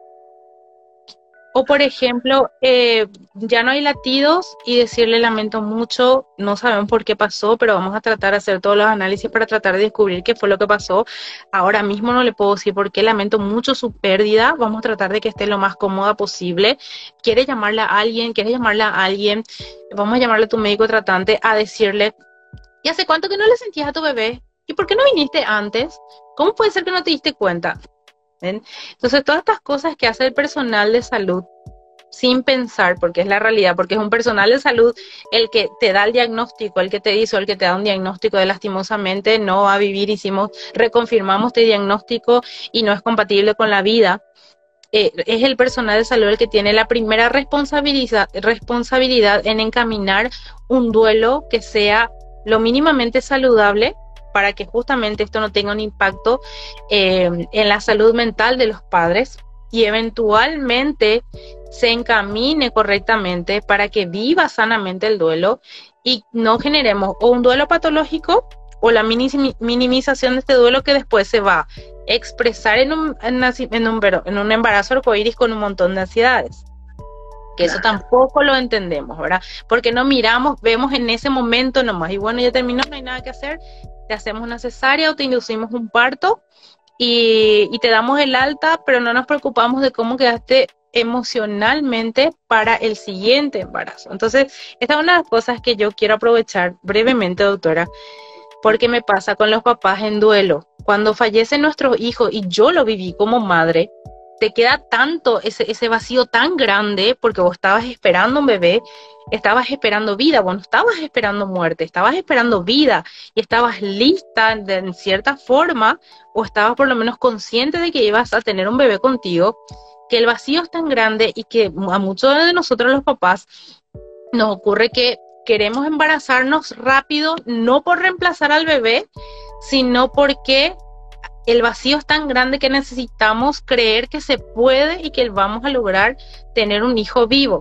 [SPEAKER 2] O por ejemplo, eh, ya no hay latidos y decirle lamento mucho, no sabemos por qué pasó, pero vamos a tratar de hacer todos los análisis para tratar de descubrir qué fue lo que pasó. Ahora mismo no le puedo decir por qué, lamento mucho su pérdida, vamos a tratar de que esté lo más cómoda posible. ¿Quiere llamarle a alguien? ¿Quieres llamarle a alguien? Vamos a llamarle a tu médico tratante a decirle, ¿y hace cuánto que no le sentías a tu bebé? ¿Y por qué no viniste antes? ¿Cómo puede ser que no te diste cuenta? ¿Ven? Entonces, todas estas cosas que hace el personal de salud sin pensar, porque es la realidad, porque es un personal de salud el que te da el diagnóstico, el que te hizo, el que te da un diagnóstico de lastimosamente no va a vivir, hicimos, reconfirmamos este diagnóstico y no es compatible con la vida. Eh, es el personal de salud el que tiene la primera responsabilidad, responsabilidad en encaminar un duelo que sea lo mínimamente saludable para que justamente esto no tenga un impacto eh, en la salud mental de los padres y eventualmente se encamine correctamente para que viva sanamente el duelo y no generemos o un duelo patológico o la minimización de este duelo que después se va a expresar en un, en un, en un embarazo arcoíris con un montón de ansiedades. Que eso
[SPEAKER 1] Claro.
[SPEAKER 2] tampoco lo entendemos, ¿verdad? Porque no miramos, vemos en ese momento nomás, y bueno, ya terminó, no hay nada que hacer, te hacemos una cesárea o te inducimos un parto y, y te damos el alta, pero no nos preocupamos de cómo quedaste emocionalmente para el siguiente embarazo. Entonces, esta es una de las cosas que yo quiero aprovechar brevemente, doctora, porque me pasa con los papás en duelo. Cuando fallece nuestro hijo, y yo lo viví como madre, te queda tanto ese, ese vacío tan grande porque vos estabas esperando un bebé, estabas esperando vida, vos no estabas esperando muerte, estabas esperando vida y estabas lista de, en cierta forma, o estabas por lo menos consciente de que ibas a tener un bebé contigo, que el vacío es tan grande y que a muchos de nosotros los papás nos ocurre que queremos embarazarnos rápido, no por reemplazar al bebé, sino porque el vacío es tan grande que necesitamos creer que se puede y que vamos a lograr tener un hijo vivo.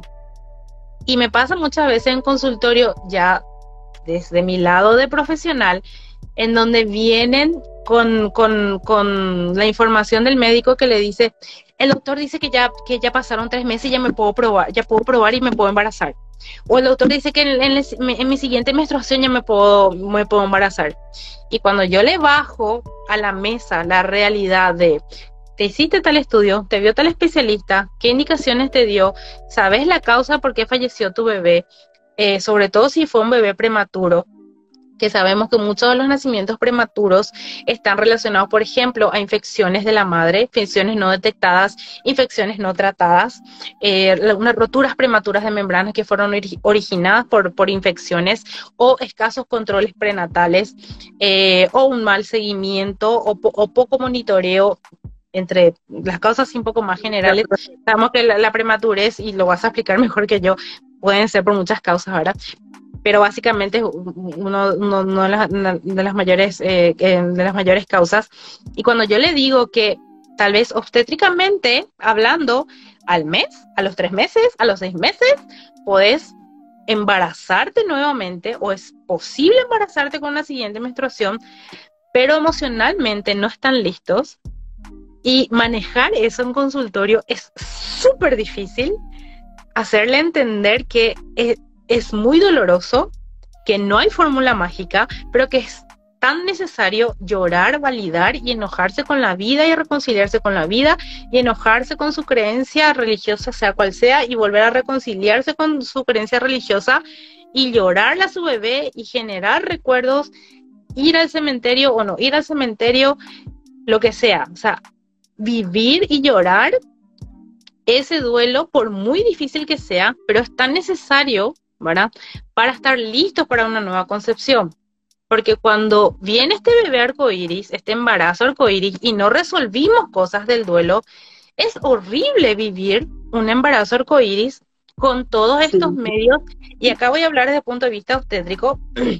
[SPEAKER 2] Y me pasa muchas veces en consultorio, ya desde mi lado de profesional, en donde vienen con, con, con la información del médico que le dice, el doctor dice que ya, que ya pasaron tres meses y ya me puedo probar, ya puedo probar y me puedo embarazar. O el doctor dice que en, en, en mi siguiente menstruación ya me puedo, me puedo embarazar. Y cuando yo le bajo a la mesa la realidad de, te hiciste tal estudio, te vio tal especialista, qué indicaciones te dio, sabes la causa por qué falleció tu bebé, eh, sobre todo si fue un bebé prematuro, que sabemos que muchos de los nacimientos prematuros están relacionados, por ejemplo, a infecciones de la madre, infecciones no detectadas, infecciones no tratadas, eh, unas roturas prematuras de membranas que fueron ori originadas por, por infecciones o escasos controles prenatales, eh, o un mal seguimiento o, po o poco monitoreo. Entre las causas un poco más generales, sabemos que la, la prematurez, y lo vas a explicar mejor que yo, pueden ser por muchas causas, ¿verdad? Pero básicamente es uno, uno, uno de, las, de, las mayores, eh, de las mayores causas. Y cuando yo le digo que tal vez obstétricamente hablando, al mes, a los tres meses, a los seis meses, podés embarazarte nuevamente, o es posible embarazarte con la siguiente menstruación, pero emocionalmente no están listos, y manejar eso en consultorio es súper difícil, hacerle entender que es, es muy doloroso, que no hay fórmula mágica, pero que es tan necesario llorar, validar y enojarse con la vida y reconciliarse con la vida y enojarse con su creencia religiosa, sea cual sea, y volver a reconciliarse con su creencia religiosa y llorarle a su bebé y generar recuerdos, ir al cementerio o no ir al cementerio, lo que sea, o sea, vivir y llorar ese duelo, por muy difícil que sea, pero es tan necesario, ¿verdad?, para estar listos para una nueva concepción. Porque cuando viene este bebé arcoíris, este embarazo arcoíris, y no resolvimos cosas del duelo, es horrible vivir un embarazo arcoíris con todos estos sí. medios. Y acá voy a hablar desde el punto de vista obstétrico.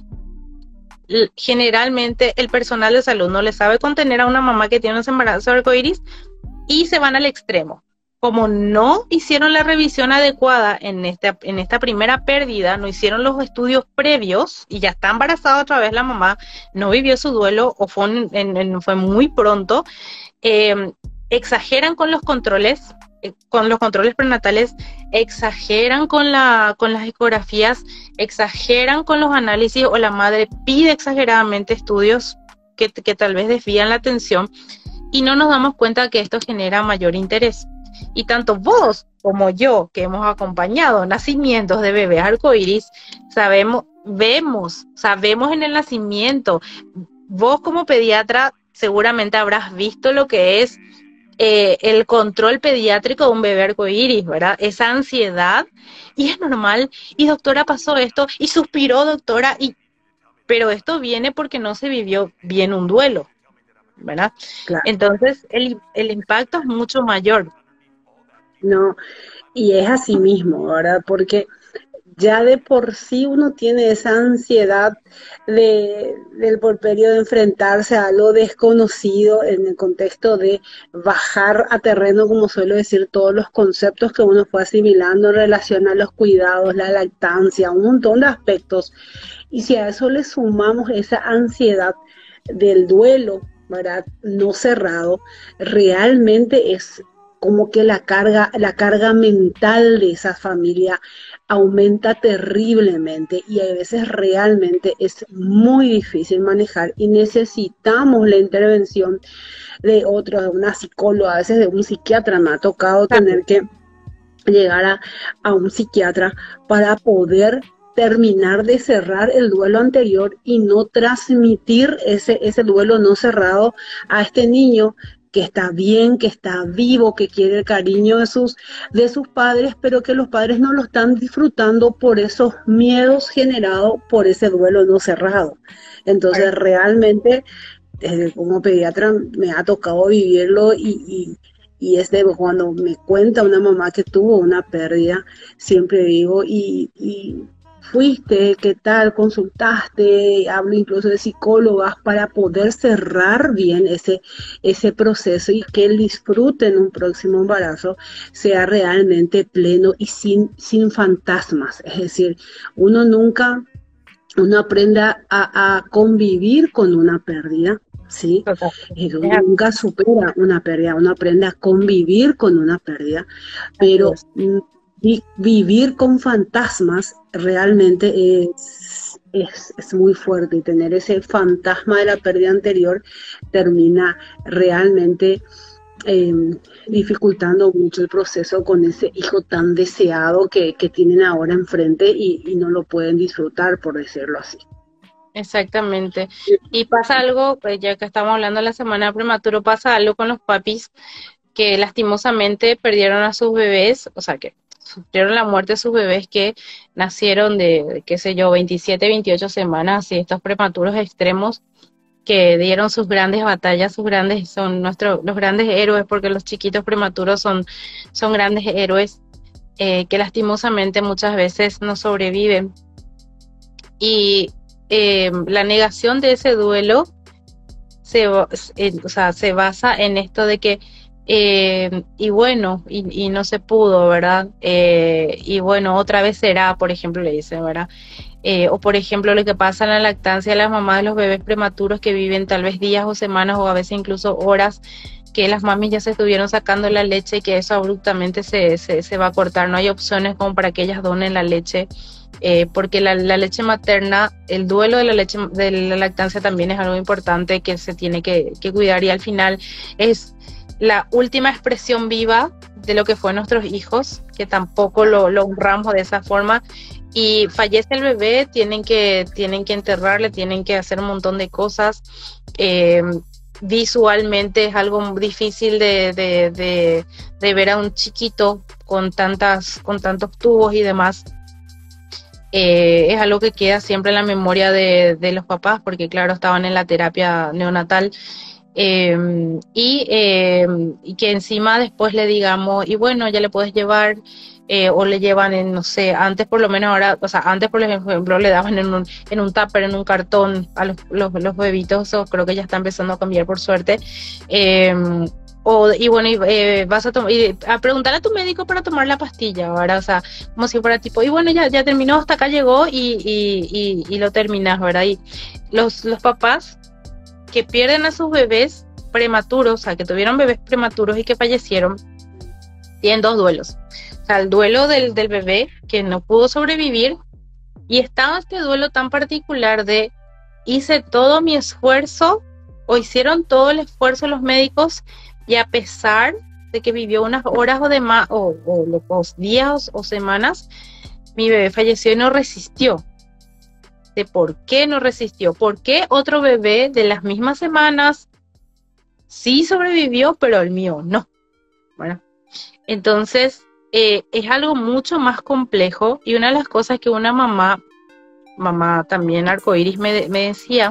[SPEAKER 2] Generalmente el personal de salud no le sabe contener a una mamá que tiene un embarazo arcoíris y se van al extremo. Como no hicieron la revisión adecuada en esta, en esta primera pérdida, no hicieron los estudios previos y ya está embarazada otra vez la mamá, no vivió su duelo o fue, en, en, fue muy pronto, eh, exageran con los controles, eh, con los controles prenatales, exageran con, la, con las ecografías, exageran con los análisis, o la madre pide exageradamente estudios que, que tal vez desvían la atención, y no nos damos cuenta que esto genera mayor interés. Y tanto vos como yo, que hemos acompañado nacimientos de bebés arcoíris, sabemos, vemos, sabemos en el nacimiento. Vos como pediatra seguramente habrás visto lo que es eh, el control pediátrico de un bebé arcoíris, ¿verdad? Esa ansiedad, y es normal, y doctora pasó esto, y suspiró doctora, y pero esto viene porque no se vivió bien un duelo, ¿verdad? Claro. Entonces el, el impacto es mucho mayor.
[SPEAKER 1] No, y es así mismo, ¿verdad? Porque ya de por sí uno tiene esa ansiedad de, del porperio de enfrentarse a algo desconocido en el contexto de bajar a terreno, como suelo decir, todos los conceptos que uno fue asimilando en relación a los cuidados, la lactancia, un montón de aspectos. Y si a eso le sumamos esa ansiedad del duelo, ¿verdad?, no cerrado, realmente es como que la carga, la carga mental de esa familia aumenta terriblemente y a veces realmente es muy difícil manejar y necesitamos la intervención de otro, de una psicóloga, a veces de un psiquiatra. Me ha tocado tener que llegar a, a un psiquiatra para poder terminar de cerrar el duelo anterior y no transmitir ese, ese duelo no cerrado a este niño que está bien, que está vivo, que quiere el cariño de sus, de sus padres, pero que los padres no lo están disfrutando por esos miedos generados por ese duelo no cerrado. Entonces, realmente, eh, como pediatra, me ha tocado vivirlo y, y, y es de cuando me cuenta una mamá que tuvo una pérdida, siempre digo, y, y fuiste, qué tal, consultaste, hablo incluso de psicólogas para poder cerrar bien ese, ese proceso y que el disfrute en un próximo embarazo sea realmente pleno y sin, sin fantasmas. Es decir, uno nunca, uno aprende a, a convivir con una pérdida, ¿sí? Uno nunca supera una pérdida, uno aprende a convivir con una pérdida, pero y vivir con fantasmas realmente es, es, es muy fuerte, y tener ese fantasma de la pérdida anterior termina realmente eh, dificultando mucho el proceso con ese hijo tan deseado que, que tienen ahora enfrente y, y no lo pueden disfrutar, por decirlo así.
[SPEAKER 2] Exactamente. Y pasa algo, pues ya que estamos hablando de la semana prematuro, pasa algo con los papis que lastimosamente perdieron a sus bebés, o sea que sufrieron la muerte de sus bebés que nacieron de, qué sé yo, veintisiete, veintiocho semanas, y estos prematuros extremos que dieron sus grandes batallas, sus grandes, son nuestros, los grandes héroes, porque los chiquitos prematuros son, son grandes héroes, eh, que lastimosamente muchas veces no sobreviven. Y eh, la negación de ese duelo se, eh, o sea, se basa en esto de que Eh, y bueno, y, y no se pudo, ¿verdad? Eh, y bueno, otra vez será, por ejemplo, le dicen, ¿verdad? Eh, o por ejemplo, lo que pasa en la lactancia de las mamás de los bebés prematuros que viven tal vez días o semanas o a veces incluso horas, que las mamis ya se estuvieron sacando la leche y que eso abruptamente se, se, se va a cortar. No hay opciones como para que ellas donen la leche, eh, porque la, la leche materna, el duelo de la leche de la lactancia también es algo importante que se tiene que, que cuidar, y al final es la última expresión viva de lo que fue nuestros hijos, que tampoco lo, lo honramos de esa forma, y fallece el bebé, tienen que, tienen que enterrarle, tienen que hacer un montón de cosas. Eh, visualmente es algo difícil de, de, de, de ver a un chiquito con, tantas, con tantos tubos y demás. Eh, es algo que queda siempre en la memoria de, de los papás, porque claro, estaban en la terapia neonatal. Eh, y, eh, y que encima después le digamos, y bueno, ya le puedes llevar, eh, o le llevan en, no sé, antes por lo menos ahora, o sea, antes por ejemplo le daban en un, en un tupper, en un cartón a los, los, los bebitos, o creo que ya está empezando a cambiar por suerte. Eh, o, y bueno, y, eh, vas a, y a preguntar a tu médico para tomar la pastilla, ¿verdad? O sea, como si fuera tipo, y bueno, ya, ya terminó, hasta acá llegó y, y, y, y lo terminas, ¿verdad? Y los, los papás que pierden a sus bebés prematuros, o sea, que tuvieron bebés prematuros y que fallecieron, tienen dos duelos. O sea, el duelo del, del bebé que no pudo sobrevivir, y estaba este duelo tan particular de hice todo mi esfuerzo, o hicieron todo el esfuerzo los médicos, y a pesar de que vivió unas horas o, demás, o, o los días o semanas, mi bebé falleció y no resistió. De por qué no resistió, por qué otro bebé de las mismas semanas sí sobrevivió, pero el mío no. Bueno, entonces eh, es algo mucho más complejo, y una de las cosas que una mamá, mamá también arcoíris me, me decía,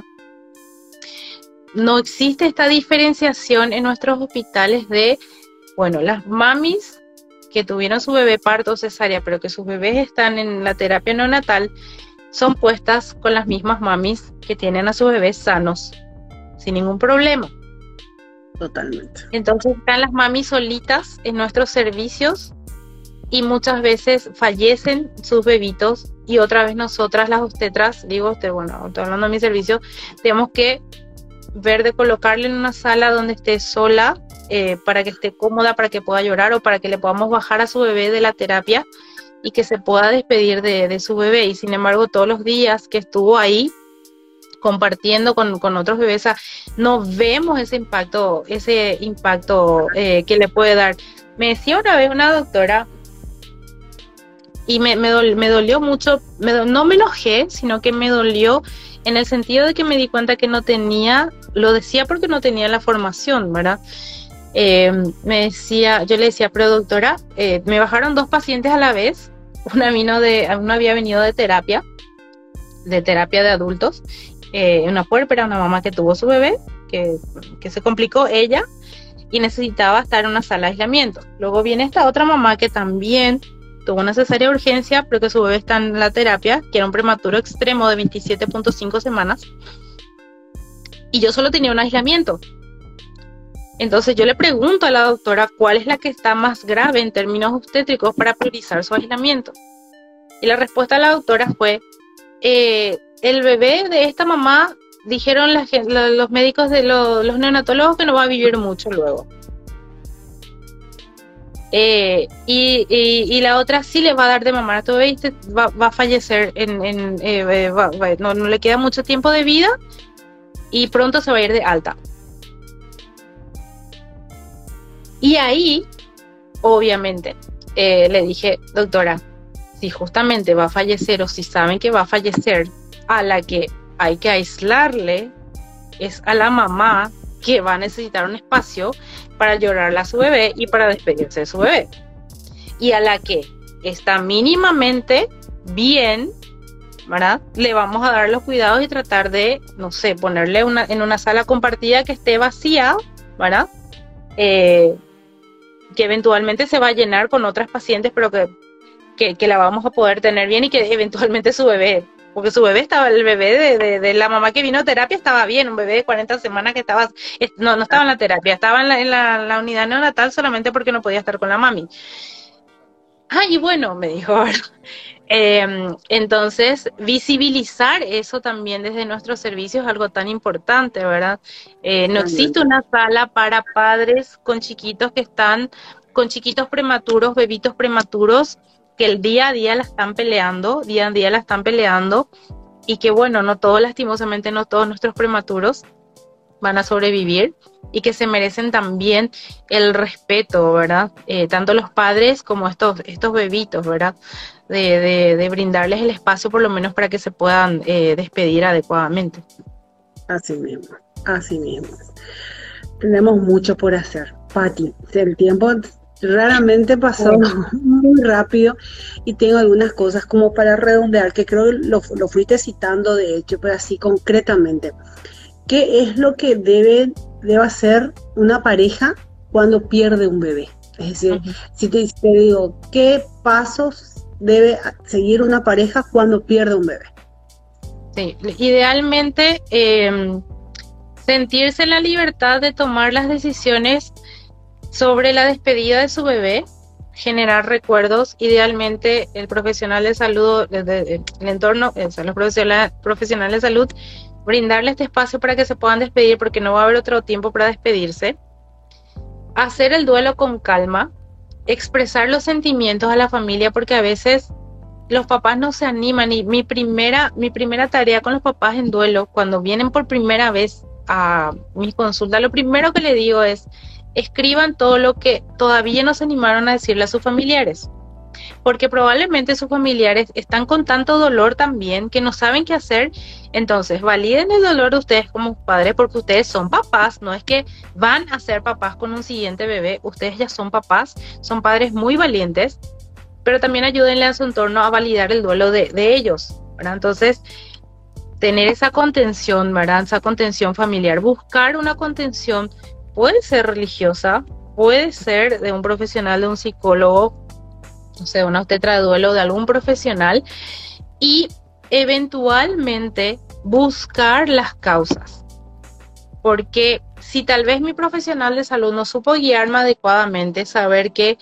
[SPEAKER 2] no existe esta diferenciación en nuestros hospitales de, bueno, las mamis que tuvieron su bebé parto o cesárea, pero que sus bebés están en la terapia neonatal, son puestas con las mismas mamis que tienen a sus bebés sanos, sin ningún problema.
[SPEAKER 1] Totalmente.
[SPEAKER 2] Entonces están las mamis solitas en nuestros servicios, y muchas veces fallecen sus bebitos, y otra vez nosotras las obstetras, digo, usted, bueno, estoy hablando de mi servicio, tenemos que ver de colocarle en una sala donde esté sola, eh, para que esté cómoda, para que pueda llorar o para que le podamos bajar a su bebé de la terapia y que se pueda despedir de, de su bebé. Y sin embargo, todos los días que estuvo ahí compartiendo con, con otros bebés, no vemos ese impacto, ese impacto eh, que le puede dar. Me decía una vez una doctora, y me, me, dol, me dolió mucho, me, no me enojé, sino que me dolió en el sentido de que me di cuenta que no tenía, lo decía porque no tenía la formación, ¿verdad? Eh, me decía, yo le decía, pero doctora, eh, me bajaron dos pacientes a la vez, una, vino de, una había venido de terapia, de terapia de adultos, eh, una puérpera, una mamá que tuvo su bebé, que, que se complicó ella, y necesitaba estar en una sala de aislamiento. Luego viene esta otra mamá que también tuvo una cesárea de urgencia, pero que su bebé está en la terapia, que era un prematuro extremo de veintisiete punto cinco semanas, y yo solo tenía un aislamiento. Entonces yo le pregunto a la doctora cuál es la que está más grave en términos obstétricos para priorizar su aislamiento. Y la respuesta de la doctora fue, eh, el bebé de esta mamá, dijeron la, la, los médicos de lo, los neonatólogos que no va a vivir mucho luego. Eh, y, y, y la otra sí le va a dar de mamar a tu bebé y va, va a fallecer, en, en, eh, va, va, no, no le queda mucho tiempo de vida y pronto se va a ir de alta. Y ahí, obviamente, eh, le dije, doctora, si justamente va a fallecer o si saben que va a fallecer, a la que hay que aislarle es a la mamá que va a necesitar un espacio para llorarle a su bebé y para despedirse de su bebé. Y a la que está mínimamente bien, ¿verdad? Le vamos a dar los cuidados y tratar de, no sé, ponerle una, en una sala compartida que esté vacía, ¿verdad? Eh, que eventualmente se va a llenar con otras pacientes, pero que, que, que la vamos a poder tener bien y que eventualmente su bebé, porque su bebé estaba, el bebé de, de, de la mamá que vino a terapia estaba bien, un bebé de cuarenta semanas que estaba, no, no estaba en la terapia, estaba en la, en la, la unidad neonatal solamente porque no podía estar con la mami. Ah, y bueno, me dijo, eh, entonces visibilizar eso también desde nuestros servicios es algo tan importante, ¿verdad? Eh, no existe una sala para padres con chiquitos que están, con chiquitos prematuros, bebitos prematuros, que el día a día la están peleando, día a día la están peleando, y que bueno, no todos, lastimosamente, no todos nuestros prematuros van a sobrevivir, y que se merecen también el respeto, ¿verdad? Eh, tanto los padres como estos, estos bebitos, ¿verdad? De, de, de brindarles el espacio por lo menos para que se puedan eh, despedir adecuadamente.
[SPEAKER 1] Así mismo, así mismo. Tenemos mucho por hacer, Pati. El tiempo raramente pasó muy rápido y tengo algunas cosas como para redondear, que creo que lo, lo fuiste citando de hecho, pero así concretamente. ¿Qué es lo que debe, debe hacer una pareja cuando pierde un bebé? Es decir, uh-huh. si, te, si te digo, ¿qué pasos debe seguir una pareja cuando pierde un bebé?
[SPEAKER 2] Sí, idealmente eh, sentirse en la libertad de tomar las decisiones sobre la despedida de su bebé, generar recuerdos, idealmente el profesional de salud, el, el, el entorno, o sea, los profesionales, profesionales de salud, brindarle este espacio para que se puedan despedir porque no va a haber otro tiempo para despedirse, hacer el duelo con calma, expresar los sentimientos a la familia porque a veces los papás no se animan y mi primera, mi primera tarea con los papás en duelo, cuando vienen por primera vez a mi consulta, lo primero que le digo es escriban todo lo que todavía no se animaron a decirle a sus familiares, porque probablemente sus familiares están con tanto dolor también que no saben qué hacer. Entonces validen el dolor de ustedes como padres porque ustedes son papás, no es que van a ser papás con un siguiente bebé, ustedes ya son papás, son padres muy valientes, pero también ayúdenle a su entorno a validar el duelo de, de ellos, ¿verdad? Entonces tener esa contención, ¿verdad? Esa contención familiar, buscar una contención, puede ser religiosa, puede ser de un profesional, de un psicólogo, no sé, una obstetra de duelo, de algún profesional, y eventualmente buscar las causas. Porque si tal vez mi profesional de salud no supo guiarme adecuadamente, saber que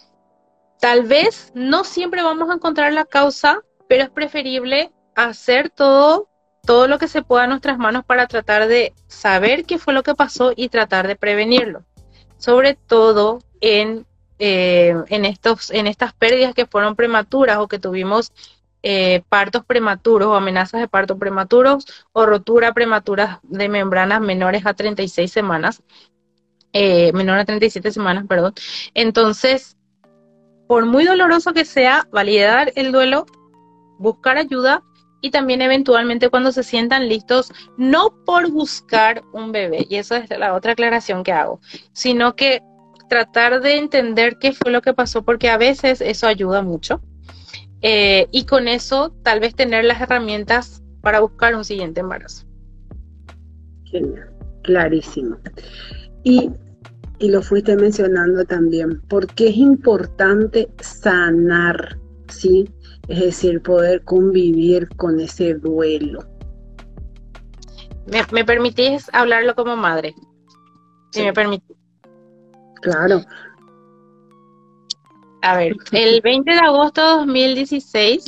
[SPEAKER 2] tal vez no siempre vamos a encontrar la causa, pero es preferible hacer todo todo lo que se pueda en nuestras manos para tratar de saber qué fue lo que pasó y tratar de prevenirlo. sobre todo en, eh, en, estos, en estas pérdidas que fueron prematuras o que tuvimos eh, partos prematuros o amenazas de parto prematuros o rotura prematura de membranas menores a treinta y seis semanas, eh, menor a treinta y siete semanas, perdón. Entonces, por muy doloroso que sea, validar el duelo, buscar ayuda y también eventualmente cuando se sientan listos, no por buscar un bebé, y eso es la otra aclaración que hago, sino que tratar de entender qué fue lo que pasó, porque a veces eso ayuda mucho. Eh, y con eso tal vez tener las herramientas para buscar un siguiente embarazo.
[SPEAKER 1] Genial, clarísimo. Y, y lo fuiste mencionando también, porque es importante sanar, ¿sí? Es decir, poder convivir con ese duelo.
[SPEAKER 2] ¿Me, me permitís hablarlo como madre? Si sí. Me permitís.
[SPEAKER 1] Claro.
[SPEAKER 2] A ver, el veinte de agosto de dos mil dieciséis,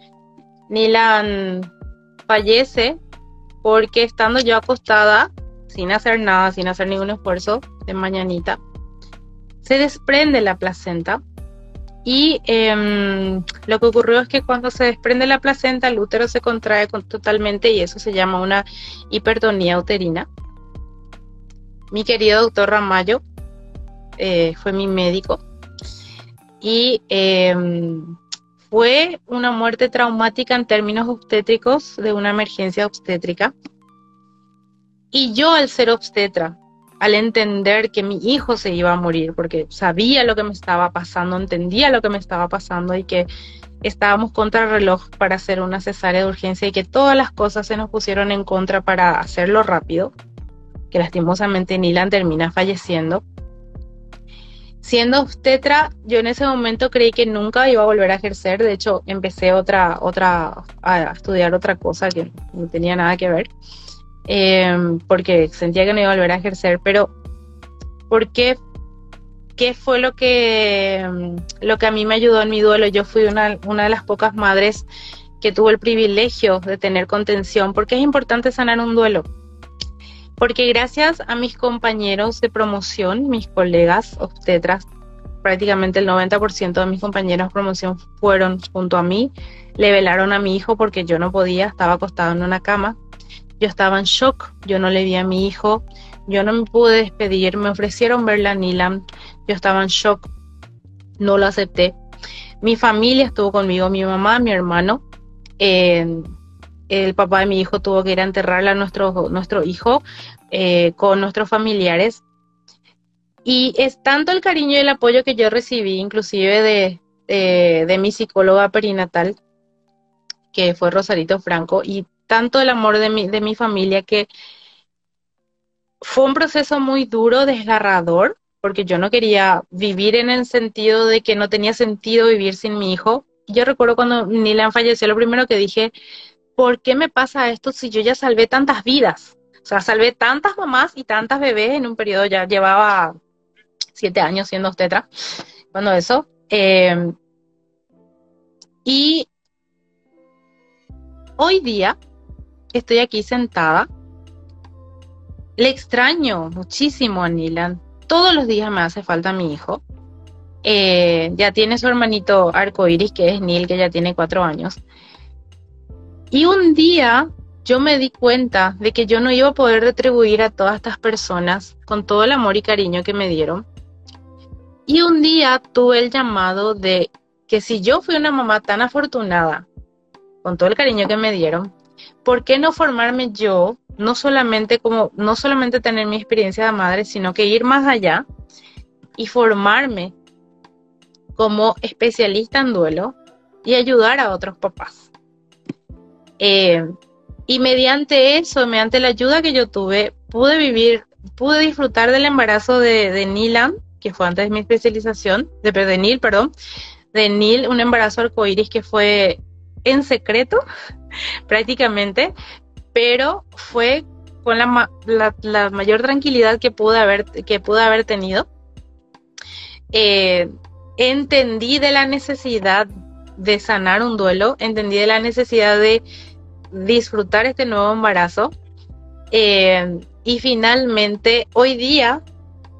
[SPEAKER 2] Nilan fallece porque estando yo acostada, sin hacer nada, sin hacer ningún esfuerzo, de mañanita, se desprende la placenta y eh, lo que ocurrió es que cuando se desprende la placenta, el útero se contrae con, totalmente y eso se llama una hipertonía uterina. Mi querido doctor Ramallo eh, fue mi médico. Y eh, fue una muerte traumática en términos obstétricos de una emergencia obstétrica. Y yo, al ser obstetra, al entender que mi hijo se iba a morir, porque sabía lo que me estaba pasando, entendía lo que me estaba pasando y que estábamos contra el reloj para hacer una cesárea de urgencia y que todas las cosas se nos pusieron en contra para hacerlo rápido, que lastimosamente Nilan termina falleciendo. Siendo obstetra, yo en ese momento creí que nunca iba a volver a ejercer. De hecho, empecé otra, otra, a estudiar otra cosa que no tenía nada que ver, eh, porque sentía que no iba a volver a ejercer. Pero, ¿por qué? ¿Qué fue lo que, lo que a mí me ayudó en mi duelo? Yo fui una, una de las pocas madres que tuvo el privilegio de tener contención, porque es importante sanar un duelo. Porque gracias a mis compañeros de promoción, mis colegas obstetras, prácticamente el noventa por ciento de mis compañeros de promoción fueron junto a mí, le velaron a mi hijo porque yo no podía, estaba acostado en una cama, yo estaba en shock, yo no le vi a mi hijo, yo no me pude despedir, me ofrecieron verla a Nilan, yo estaba en shock, no lo acepté. Mi familia estuvo conmigo, mi mamá, mi hermano, eh, el papá de mi hijo tuvo que ir a enterrarle a nuestro, nuestro hijo eh, con nuestros familiares. Y es tanto el cariño y el apoyo que yo recibí, inclusive de, de, de mi psicóloga perinatal, que fue Rosarito Franco, y tanto el amor de mi, de mi familia, que fue un proceso muy duro, desgarrador, porque yo no quería vivir en el sentido de que no tenía sentido vivir sin mi hijo. Yo recuerdo cuando Nilan falleció, lo primero que dije, ¿por qué me pasa esto si yo ya salvé tantas vidas? O sea, salvé tantas mamás y tantas bebés en un periodo, ya llevaba siete años siendo obstetra, cuando eso. Eh, y hoy día estoy aquí sentada, le extraño muchísimo a Nilan, todos los días me hace falta mi hijo. Eh, ya tiene su hermanito arcoíris, que es Neil, que ya tiene cuatro años. Y un día yo me di cuenta de que yo no iba a poder retribuir a todas estas personas con todo el amor y cariño que me dieron. Y un día tuve el llamado de que si yo fui una mamá tan afortunada, con todo el cariño que me dieron, ¿por qué no formarme yo, no solamente, como, no solamente tener mi experiencia de madre, sino que ir más allá y formarme como especialista en duelo y ayudar a otros papás? Eh, y mediante eso, mediante la ayuda que yo tuve, pude vivir, pude disfrutar del embarazo de, de Nilan, que fue antes de mi especialización, de, de Neil, perdón, de Neil, un embarazo arcoíris que fue en secreto, prácticamente, pero fue con la, la, la mayor tranquilidad que pude haber, que pude haber tenido. Eh, entendí de la necesidad de sanar un duelo, entendí de la necesidad de disfrutar este nuevo embarazo, eh, y finalmente hoy día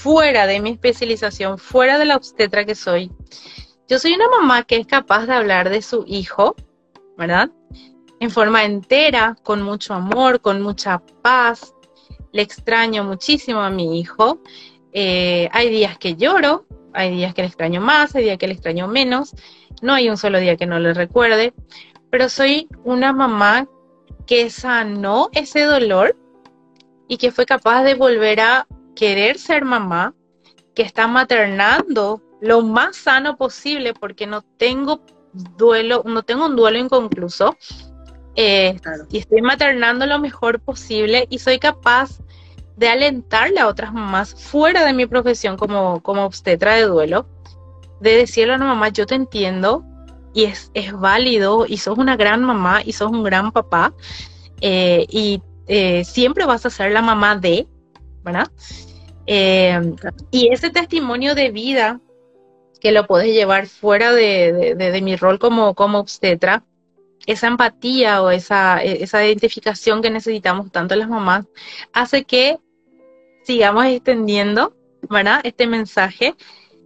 [SPEAKER 2] fuera de mi especialización, fuera de la obstetra que soy, yo soy una mamá que es capaz de hablar de su hijo, ¿verdad? En forma entera, con mucho amor, con mucha paz. Le extraño muchísimo a mi hijo. Eh, hay días que lloro, hay días que le extraño más, hay días que le extraño menos. No hay un solo día que no le recuerde, pero soy una mamá que sanó ese dolor y que fue capaz de volver a querer ser mamá, que está maternando lo más sano posible porque no tengo duelo, no tengo un duelo inconcluso, eh,
[SPEAKER 1] Claro.
[SPEAKER 2] y estoy maternando lo mejor posible y soy capaz de alentarle a otras mamás fuera de mi profesión como, como obstetra de duelo, de decirle a una mamá, yo te entiendo y es, es válido y sos una gran mamá y sos un gran papá, eh, y eh, siempre vas a ser la mamá de, ¿verdad? Eh, y ese testimonio de vida que lo puedes llevar fuera de, de, de, de mi rol como, como obstetra, esa empatía o esa, esa identificación que necesitamos tanto las mamás, hace que sigamos extendiendo, ¿verdad?, este mensaje.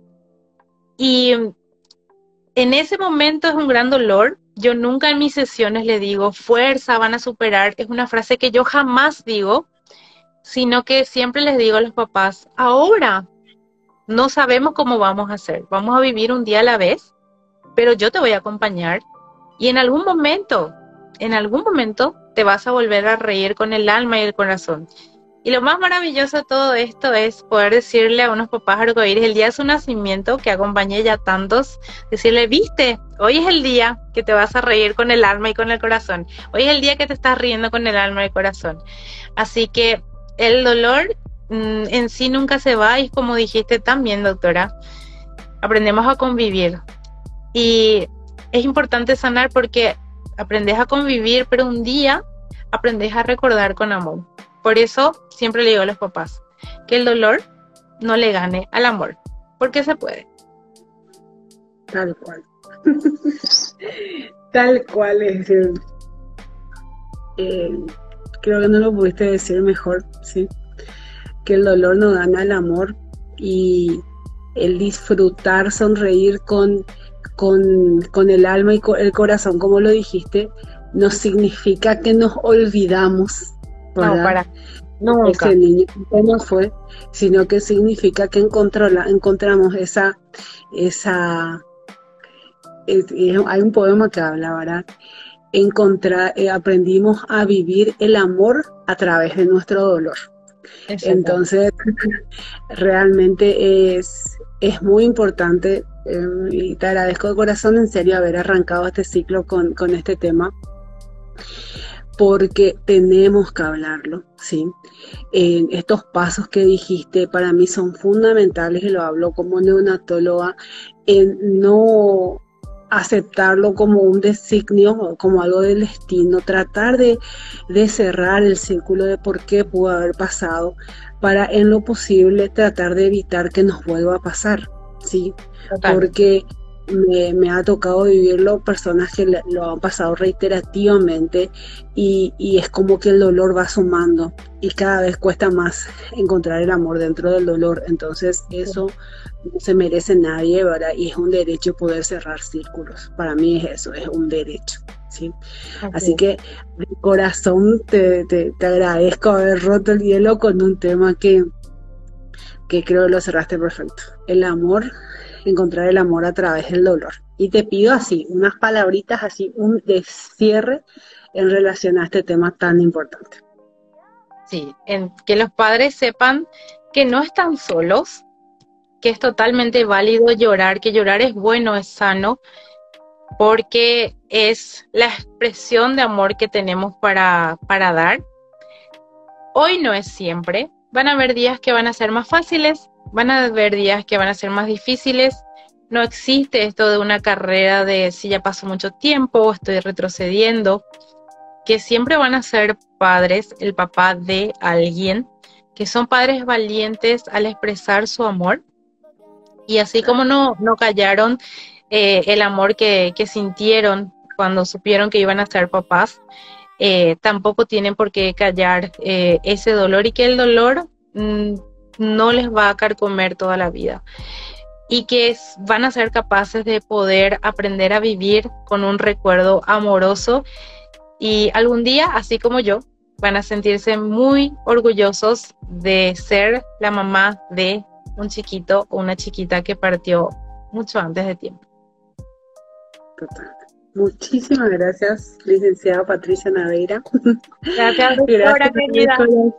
[SPEAKER 2] Y en ese momento es un gran dolor. Yo nunca en mis sesiones le digo, fuerza, van a superar. Es una frase que yo jamás digo, sino que siempre les digo a los papás, ahora no sabemos cómo vamos a hacer. Vamos a vivir un día a la vez, pero yo te voy a acompañar. Y en algún momento, en algún momento te vas a volver a reír con el alma y el corazón. Y lo más maravilloso de todo esto es poder decirle a unos papás arcoíris el día de su nacimiento, que acompañé ya tantos, decirle, viste, hoy es el día que te vas a reír con el alma y con el corazón. Hoy es el día que te estás riendo con el alma y el corazón. Así que el dolor mmm, en sí nunca se va, y es como dijiste también, doctora, aprendemos a convivir. Y es importante sanar porque aprendes a convivir, pero un día aprendes a recordar con amor. Por eso siempre le digo a los papás que el dolor no le gane al amor, porque se puede.
[SPEAKER 1] Tal cual. Tal cual es. decir, eh, creo que no lo pudiste decir mejor, ¿sí? Que el dolor no gana al amor, y el disfrutar, sonreír con, con, con el alma y con el corazón, como lo dijiste, no significa que nos olvidamos, ¿verdad?
[SPEAKER 2] No, para nunca.
[SPEAKER 1] Ese niño que no fue, sino que significa que encontró la, encontramos esa, esa es, es, hay un poema que habla, ¿verdad? Encontrar, eh, aprendimos a vivir el amor a través de nuestro dolor. Entonces, realmente es, es muy importante, eh, y te agradezco de corazón, en serio, haber arrancado este ciclo con, con este tema, porque tenemos que hablarlo, ¿sí? Eh, estos pasos que dijiste para mí son fundamentales, y lo hablo como neonatóloga, en no aceptarlo como un designio, como algo del destino, tratar de, de cerrar el círculo de por qué pudo haber pasado, para en lo posible tratar de evitar que nos vuelva a pasar, ¿sí? Total. Porque me, me ha tocado vivirlo, personas que le, lo han pasado reiterativamente, y, y es como que el dolor va sumando y cada vez cuesta más encontrar el amor dentro del dolor. Entonces eso no se merece nadie, ¿verdad? Y es un derecho poder cerrar círculos. Para mí es eso, es un derecho, ¿sí? Okay. Así que de corazón te, te, te agradezco haber roto el hielo con un tema que, que creo que lo cerraste perfecto. El amor, encontrar el amor a través del dolor. Y te pido así, unas palabritas así, un de cierre en relación a este tema tan importante.
[SPEAKER 2] Sí, en que los padres sepan que no están solos, que es totalmente válido llorar, que llorar es bueno, es sano, porque es la expresión de amor que tenemos para, para dar. Hoy no es siempre, van a haber días que van a ser más fáciles, van a haber días que van a ser más difíciles. No existe esto de una carrera de si ya pasó mucho tiempo o estoy retrocediendo, que siempre van a ser padres, el papá de alguien, que son padres valientes al expresar su amor. Y así como no, no callaron eh, el amor que, que sintieron cuando supieron que iban a ser papás, eh, tampoco tienen por qué callar eh, ese dolor, y que el dolor mmm, no les va a carcomer toda la vida y que es, van a ser capaces de poder aprender a vivir con un recuerdo amoroso y algún día, así como yo, van a sentirse muy orgullosos de ser la mamá de un chiquito o una chiquita que partió mucho antes de tiempo.
[SPEAKER 1] Total. Muchísimas gracias, licenciada Patricia Naveira.
[SPEAKER 2] Gracias, doctora querida.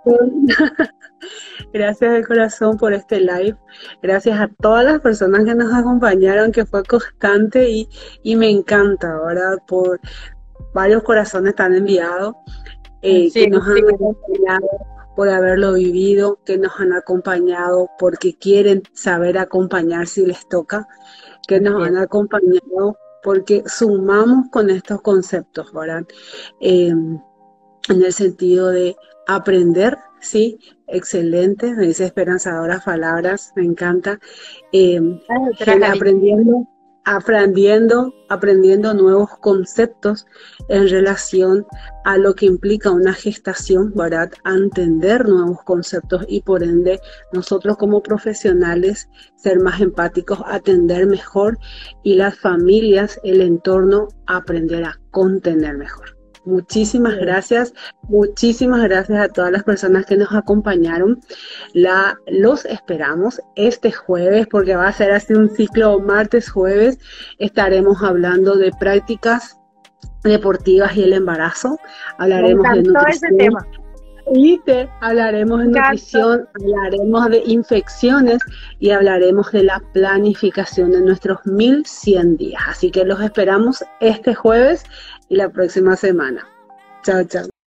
[SPEAKER 1] Gracias de corazón por este live. Gracias a todas las personas que nos acompañaron, que fue constante y, y me encanta, ¿verdad? Por varios corazones tan enviados, eh, sí, que nos sí. han acompañado por haberlo vivido, que nos han acompañado porque quieren saber acompañar si les toca, que nos sí. han acompañado porque sumamos con estos conceptos, ¿verdad? Eh, en el sentido de aprender, sí, excelente, me dice esperanzadoras palabras, me encanta. Eh, Ay, aprendiendo, aprendiendo, aprendiendo nuevos conceptos en relación a lo que implica una gestación, ¿verdad? A entender nuevos conceptos y por ende nosotros como profesionales ser más empáticos, atender mejor y las familias, el entorno, aprender a contener mejor. Muchísimas sí. gracias, muchísimas gracias a todas las personas que nos acompañaron. La, los esperamos este jueves porque va a ser así un ciclo martes-jueves. Estaremos hablando de prácticas deportivas y el embarazo. Hablaremos de nutrición. Ese tema. Y te hablaremos de nutrición, hablaremos de infecciones y hablaremos de la planificación de nuestros mil cien días. Así que los esperamos este jueves y la próxima semana. Chao, chao.